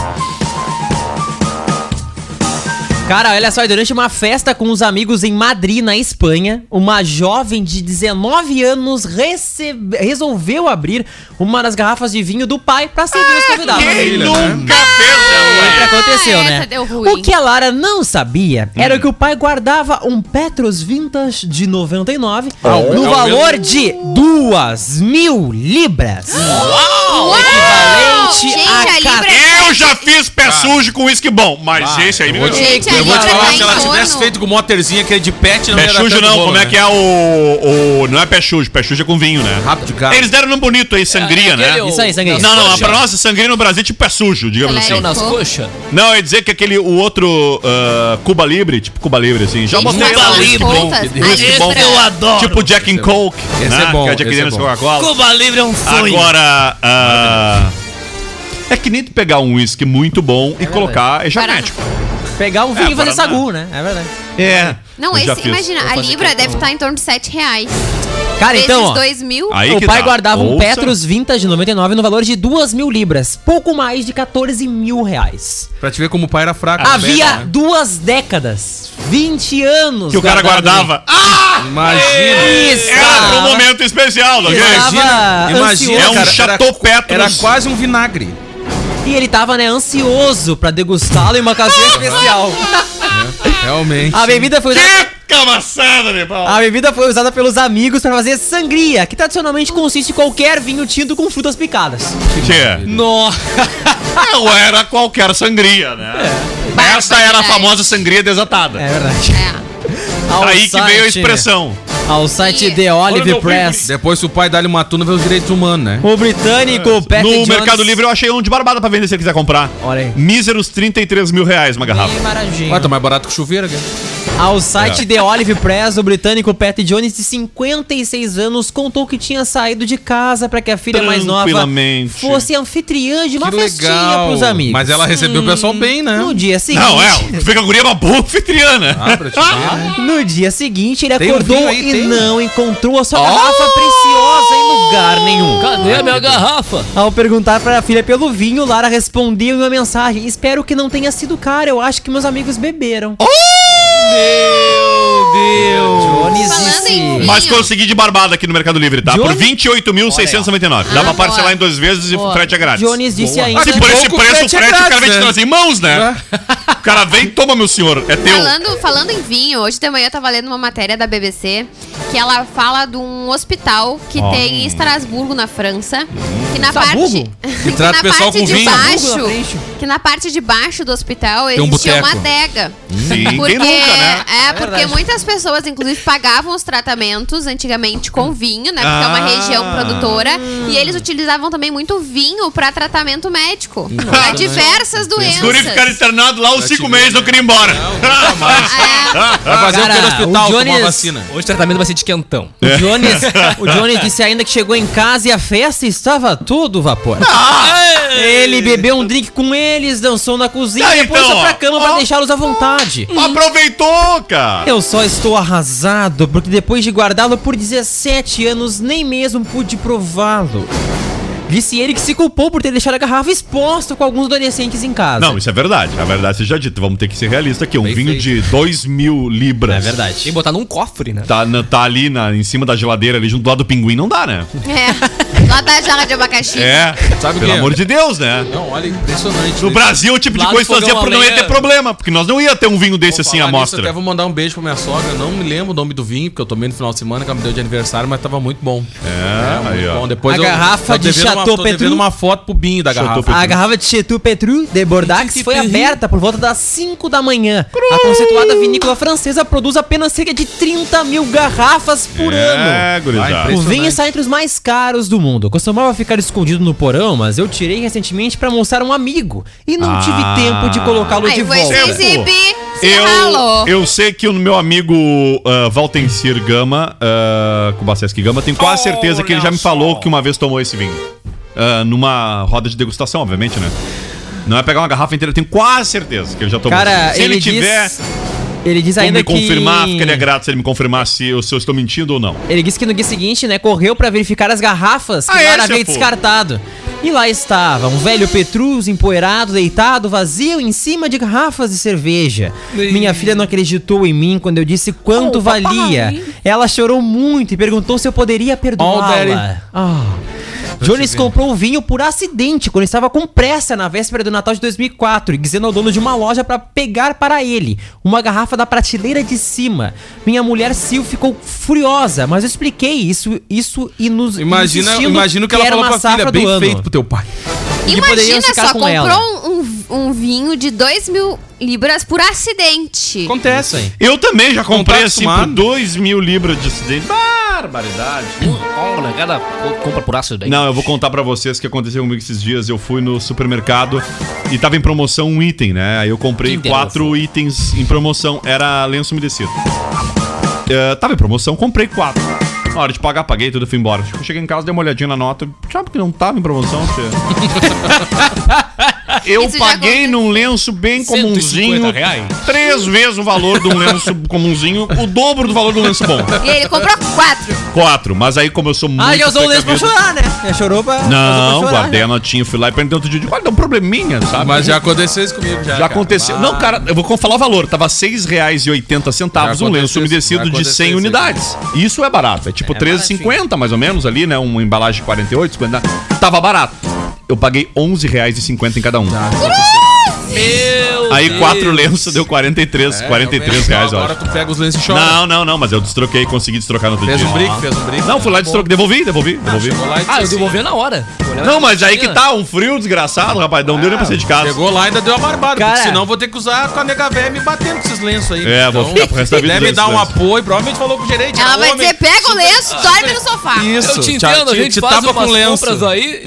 Cara, olha só, e durante uma festa com os amigos em Madrid, na Espanha, uma jovem de dezenove anos recebe- resolveu abrir uma das garrafas de vinho do pai pra servir os convidados. Quem né? nunca fez, Sempre aconteceu, Ah, né? essa deu ruim. O que a Lara não sabia era que o pai guardava um Petros Vintage de noventa e nove no é o valor mesmo? de duas mil libras. Uau! Equivalente Gente, a a libra ca- Eu já fiz pé sujo com uísque bom, mas esse aí... Eu vou te, Gente, eu a vou te Libra falar, tá se em ela torno. tivesse feito com motorzinho aquele de pet, não Pé ia dar sujo tanto não, bolo, como é né? que é o, o... Não é pé sujo, pé sujo é com vinho, né? Rápido de gato. Eles deram no bonito aí, sangria, né? aquele, Isso aí, sangria. Não, não, pra nós, sangria no Brasil é tipo pé sujo, digamos Galera, assim. Nas Ficou. coxas. Não, eu ia dizer que aquele, o outro ah, Cuba Libre, tipo Cuba Libre, assim. Já Gente, botei mas lá são um whisky as bom. contas, um a whisky Libra- bom. eu adoro. Tipo Jack and Coke, Esse né? é bom, Que é Jack esse é Daniels bom. Coca-Cola. Cuba Livre é um sonho. Agora, ah, é que nem tu pegar um whisky muito bom e colocar é Guaraná. genético. Pegar um vinho É, e fazer Paraná. sagu, né? É verdade. É. Não, eu já esse, fiz. imagina, Vou a fazer Libra questão. deve estar em torno de sete reais. Cara, Vezes então, ó, dois mil. Aí o que pai tá. guardava um Ouça. Petrus Vintage noventa e nove no valor de duas mil libras. Pouco mais de quatorze mil reais. Pra te ver como o pai era fraco. Havia velho, né? duas décadas, vinte anos. Que o cara guardado guardava. Ah! Imagina. Isso. Era pra um momento especial, ok? Estava Imagina, ansioso. É um cara, Chateau era, Petrus. Era quase um vinagre. E ele tava, né, ansioso pra degustá-lo em uma ocasião especial. Realmente. A bebida foi usada... Que camaçada de pau. A bebida foi usada pelos amigos pra fazer sangria, que tradicionalmente consiste em qualquer vinho tinto com frutas picadas. Que? Nossa. Não era qualquer sangria, né? Essa era a famosa sangria desatada. É verdade. É. Ao Aí que veio a site- expressão. Ao site E- The Olive Olha meu Press. Depois, se o pai dá-lhe uma tuna, vê os direitos humanos, né? O britânico Pat No Jones... Mercado Livre eu achei um de barbada pra vender se você quiser comprar. Olha aí. Míseros trinta e três mil reais uma garrafa. Bem baratinho. Vai, tá mais barato que chuveiro aqui. Ao site The Olive Press, o britânico Pat Jones, de cinquenta e seis anos, contou que tinha saído de casa para que a filha mais nova Tranquilamente. fosse anfitriã de uma Que festinha legal. pros amigos. Mas ela recebeu o pessoal bem, né? No dia seguinte... Não, é, fica a guria uma boa anfitriana. Ah, pra te ver, né? No dia seguinte, ele Tem um acordou vinho aí, e tem? não encontrou a sua garrafa preciosa em lugar nenhum. Cadê a minha garrafa? Ao perguntar para a filha pelo vinho, Lara respondeu em uma mensagem: espero que não tenha sido caro, eu acho que meus amigos beberam. Meu Deus. Jones Falando disse... em vinho. Mas consegui de barbada aqui no Mercado Livre, tá? Por Johnny- vinte e oito mil seiscentos e noventa e nove. Dá Ah, pra parcelar boa. em duas vezes e o Boa. frete é grátis. Jones disse Boa. ainda... Se por esse pouco, preço, o frete é frete, o cara grátis, vem te né? trazer em mãos, né? O cara vem, toma, meu senhor, é teu. Falando, falando em vinho, hoje de manhã eu tava lendo uma matéria da B B C que ela fala de um hospital que Ó. tem em Estrasburgo, na França, que na Estrasburgo? parte Que trata na o pessoal parte com de vinho. Estrasburgo na baixo, frente. que na parte de baixo do hospital um existia uma boteco. adega. Sim, Porque, quem nunca, né? é, porque verdade. muitas pessoas, inclusive, pagavam os tratamentos antigamente com vinho, né? Porque é uma Ah. região produtora. E eles utilizavam também muito vinho pra tratamento médico. Pra diversas Os guri ficaram doenças. internados lá uns Pra cinco te meses, ver, não né? queriam ir embora. É. Vai fazer o que no Cara, hospital? o Tomar Jones- vacina. Hoje o tratamento vai ser de quentão. O Jones, o Jones disse ainda que chegou em casa e a festa estava todo vapor. Ele bebeu um drink com eles, dançou na cozinha Ah, e depois então, foi pra ó. cama pra Ó. deixá-los à vontade. Aproveitou, cara. Eu só estou arrasado porque depois de guardá-lo por dezessete anos, nem mesmo pude prová-lo. Disse ele que se culpou por ter deixado a garrafa exposta com alguns adolescentes em casa. Não, isso é verdade. A verdade seja dita. Vamos ter que ser realista aqui. Um Bem vinho feito. de dois mil libras. É verdade. Tem que botar num cofre, né? Tá, na- tá ali na, em cima da geladeira, ali junto do lado do pinguim, não dá, né? É. Lá da jarra de abacaxi. É. Sabe o Pelo quê? amor de Deus, né? Não, olha, impressionante. No Brasil, o tipo de Lá coisa que no fazia fogão por a não ia ter lenha. problema. Porque nós não ia ter um vinho desse assim à Falar nisso, mostra. Até vou mandar um beijo pra minha sogra. Não me lembro o nome do vinho, porque eu tomei no final de semana, que ela me deu de aniversário, mas tava muito bom. É, aí, ó. Bom, depois A eu, garrafa tô de devendo uma, Chateau tô Petrus. devendo uma foto pro Binho da Chateau garrafa. Petrus. A garrafa de Chateau Petrus de Bordeaux foi aberta por volta das cinco da manhã. A conceituada vinícola francesa produz apenas cerca de trinta mil garrafas por ano. É, gurizada. Vai, O vinho está entre os mais caros do mundo. Eu costumava ficar escondido no porão, mas eu tirei recentemente pra mostrar a um amigo. E não Ah. tive tempo de colocá-lo de Aí foi volta. se exibir, se Eu, ralou. eu sei que o meu amigo uh, Valtencir Gama, uh, Kubaseski Gama, tenho quase certeza que ele já me falou que uma vez tomou esse vinho. Uh, numa roda de degustação, obviamente, né? Não é pegar uma garrafa inteira, eu tenho quase certeza que ele já tomou. Cara, se ele, ele tiver, diz... Ele diz como ainda me que... confirmar, ficaria grato se ele me confirmar se eu, se eu estou mentindo ou não. Ele disse que no dia seguinte, né, correu pra verificar as garrafas que Ah, é, Lara havia chefe? descartado. E lá estava, um velho Petrus empoeirado, deitado, vazio, em cima de garrafas de cerveja. Minha filha não acreditou em mim quando eu disse quanto valia. Ela chorou muito e perguntou se eu poderia Oh, perdoá-la. daddy. Ah. Jones comprou o vinho por acidente quando estava com pressa na véspera do Natal de dois mil e quatro, e dizendo ao dono de uma loja para pegar para ele uma garrafa da prateleira de cima. Minha mulher Sil ficou furiosa, mas eu expliquei isso, isso e nos Imagina, insistindo imagina o que ela era falou uma pra filha. safra Bem do ano. feito pro teu pai. E poderiam Imagina ficar só, com comprou ela. um, um vinho de dois mil libras por acidente. Acontece. aí. Eu também já comprei tá assim por acostumado? dois mil libras de acidente. Barbaridade. Olha, cada compra por aço daí. Não, eu vou contar pra vocês o que aconteceu comigo esses dias. Eu fui no supermercado e tava em promoção um item, né? Aí eu comprei Que quatro itens em promoção. Era lenço umedecido. Uh, tava em promoção, comprei quatro. Na hora de pagar, paguei tudo e fui embora. Eu cheguei em casa, dei uma olhadinha na nota. Sabe que não tava em promoção? Você... eu Isso já paguei aconteceu. num lenço bem cento e comunzinho, cinquenta reais. três vezes o valor de um lenço comunzinho, o dobro do valor do lenço bom. E ele comprou quatro. Quatro, mas aí como eu sou muito Ah, já usou o lenço pra precavido- chorar, né? Já chorou pra. Não, usou pra chorar, guardei né? a notinha, fui lá e perguntei outro dia, de, olha, deu um probleminha, sabe? Mas já aconteceu isso comigo, já. Já cara. aconteceu. Ah. Não, cara, eu vou falar o valor. Tava seis reais e oitenta centavos Já um lenço aconteceu umedecido isso, já de cem aconteceu unidades. Isso é barato. É tipo É treze e cinquenta mais ou menos ali, né? Uma embalagem de quarenta e oito, cinquenta. Tava barato. Eu paguei onze reais e cinquenta em cada um. Meu Aí Deus. quatro lenços deu quarenta e três, É, quarenta e três realmente, reais, eu Agora acho. tu pega os lenços e chora. Não, não, não, mas eu destroquei, consegui destrocar no outro Fez dia. um brick, fez um brick. Não, fui lá e destroquei. Devolvi, devolvi, devolvi. Chegou lá e Ah, eu disse devolvi na hora. Não, mas aí que tá, um frio desgraçado, rapaz. Não deu nem pra sair de casa. Chegou lá e ainda deu uma barbada, Cara. porque senão vou ter que usar com a nega véia me batendo com esses lenços aí. É, vou ficar pro resto da vida Deve usando dar esses um lenços. apoio, provavelmente falou com o gerente. Ela era vai homem. dizer, pega o lenço, dorme no sofá. Isso, Eu te te- entendo, a te- gente te faz tapa umas com lenço. compras aí.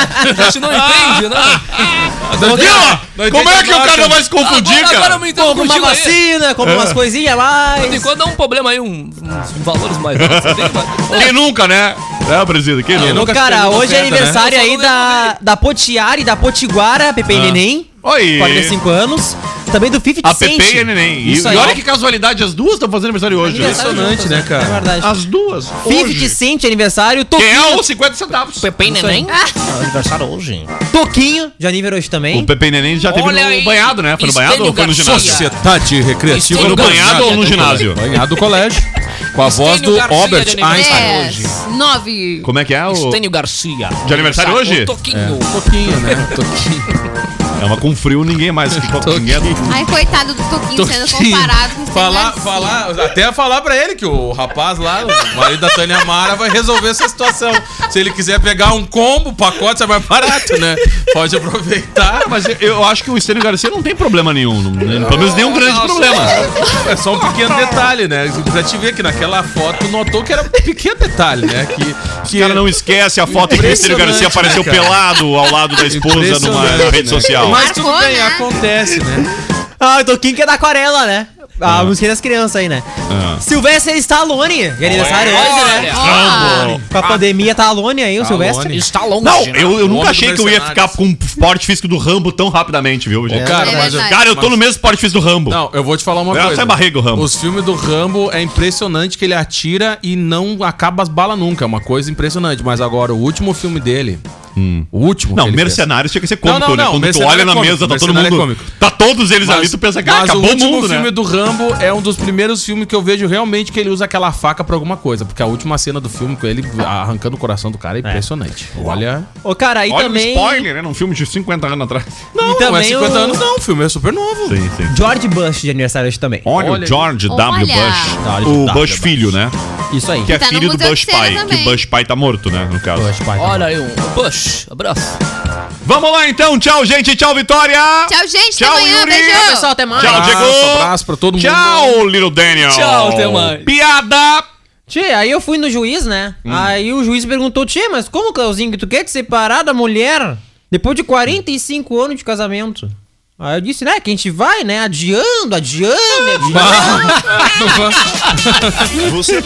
A gente não entende, né? Não Viu? não Como é entende que o a cara marca. não vai se confundir, Agora, agora eu cara? me entendo Compra uma contigo aí. vacina, compra umas coisinhas a mais. Enquanto dá um problema aí, um- uns valores mais altos. Bem mais- Quem nunca, né? É, presidente, quem nunca? nunca Cara, teve hoje é oferta, né? aniversário Eu só aí não da, devolvi. da Potiara e da Potiguara, Pepe e Neném. Oi. quarenta e cinco anos. Também do fifty A Cent. Pepe e a Neném. E, Isso e aí. olha que casualidade, as duas estão fazendo aniversário hoje. Aniversário Impressionante, juntas, né, cara? É verdade. As duas. fifty Hoje. Cent aniversário. Quem é Toquinho, o cinquenta centavos? Pepe e Isso Neném. Ah, aniversário hoje. Toquinho, de aniversário hoje também. O Pepe e Neném já teve Olha no aí, banhado, né? Foi no Estênio banhado ou foi no Garcia. ginásio? Sociedade Recreativa Foi no do banhado Ginásio. ou no ginásio? Banhado do colégio. Com a voz Estênio do Garcia Albert de aniversário. Einstein. Dez, nove. Como é que é o... Estênio Garcia. De aniversário hoje? O Toquinho. Toquinho, né? Toquinho. É uma com frio, ninguém mais. Que ninguém... Ai, coitado do Toquinho sendo comparado com o Falar, Garcia. falar, até falar pra ele que o rapaz lá, o marido da Tânia Mara, vai resolver essa situação. Se ele quiser pegar um combo, o pacote é mais barato, né? Pode aproveitar. Mas eu, eu acho que o Estênio Garcia não tem problema nenhum. Não, pelo menos nenhum grande Nossa, problema. É só um pequeno detalhe, né? Pra te ver que naquela foto notou que era um pequeno detalhe, né? Que, que O cara não esquece a foto que o Estênio Garcia apareceu né, cara? pelado ao lado da esposa numa Impressionante, rede né? social. Mas tudo Marcou, bem, né? acontece, né? Ah, o Toquinho que é da aquarela, né? A música das crianças aí, né? Ah. Silvestre Stallone, de aniversário hoje, né? Ó, Com a pandemia, Stallone aí, o Silvestre. Está longe. Não, né? eu, eu O nunca homem achei do que eu ia Mercenários. ficar com o porte físico do Rambo tão rapidamente, viu, gente? Ô, cara, É mas eu, verdade. Cara, eu tô no mesmo porte físico do Rambo. Não, eu vou te falar uma É, coisa. sai barriga o Rambo. Os filmes do Rambo é impressionante que ele atira e não acaba as balas nunca. É uma coisa impressionante. Mas agora, o último filme dele. O último. Não, que ele fez. Mercenários tinha que ser cômico, Não, não, né? não, Quando tu Mercenário olha é na cômico, mesa, tá todo Mercenário é mundo. cômico. Tá todos eles ali, tu pensa, cara, mas acabou o o último mundo, filme né? do Rambo é um dos primeiros filmes que eu vejo realmente que ele usa aquela faca pra alguma coisa. Porque a última cena do filme, com ele arrancando o coração do cara, é impressionante. Olha. Ô, cara, aí Olha também. um spoiler, né? Num filme de cinquenta anos atrás. Não, E não é também cinquenta o- anos, não. O filme é super novo. Sim, sim. George Bush de aniversário hoje também. Olha, Olha o George aí. W. Olha. Bush. George O W. Bush filho, né? Isso aí. Que é Tá no filho do Museu Bush de Cena pai. Que também. o Bush pai tá morto, né? No caso. Bush, pai. Olha aí, um Bush. Abraço. Vamos lá então. Tchau, gente. Tchau, Vitória. Tchau, gente. Tchau, Até amanhã. Yuri. Beijo. Tchau, pessoal, até mais. Tchau, Abraço, Diego. abraço pra todo mundo. Tchau, Little Daniel. Tchau, até mais. Piada. Tchê, aí eu fui no juiz, né? Aí o juiz perguntou, Tchê, mas como, Clauzinho, que tu quer te separar da mulher depois de quarenta e cinco anos de casamento? Aí eu disse, né, que a gente vai, né, adiando, adiando, adiando. Você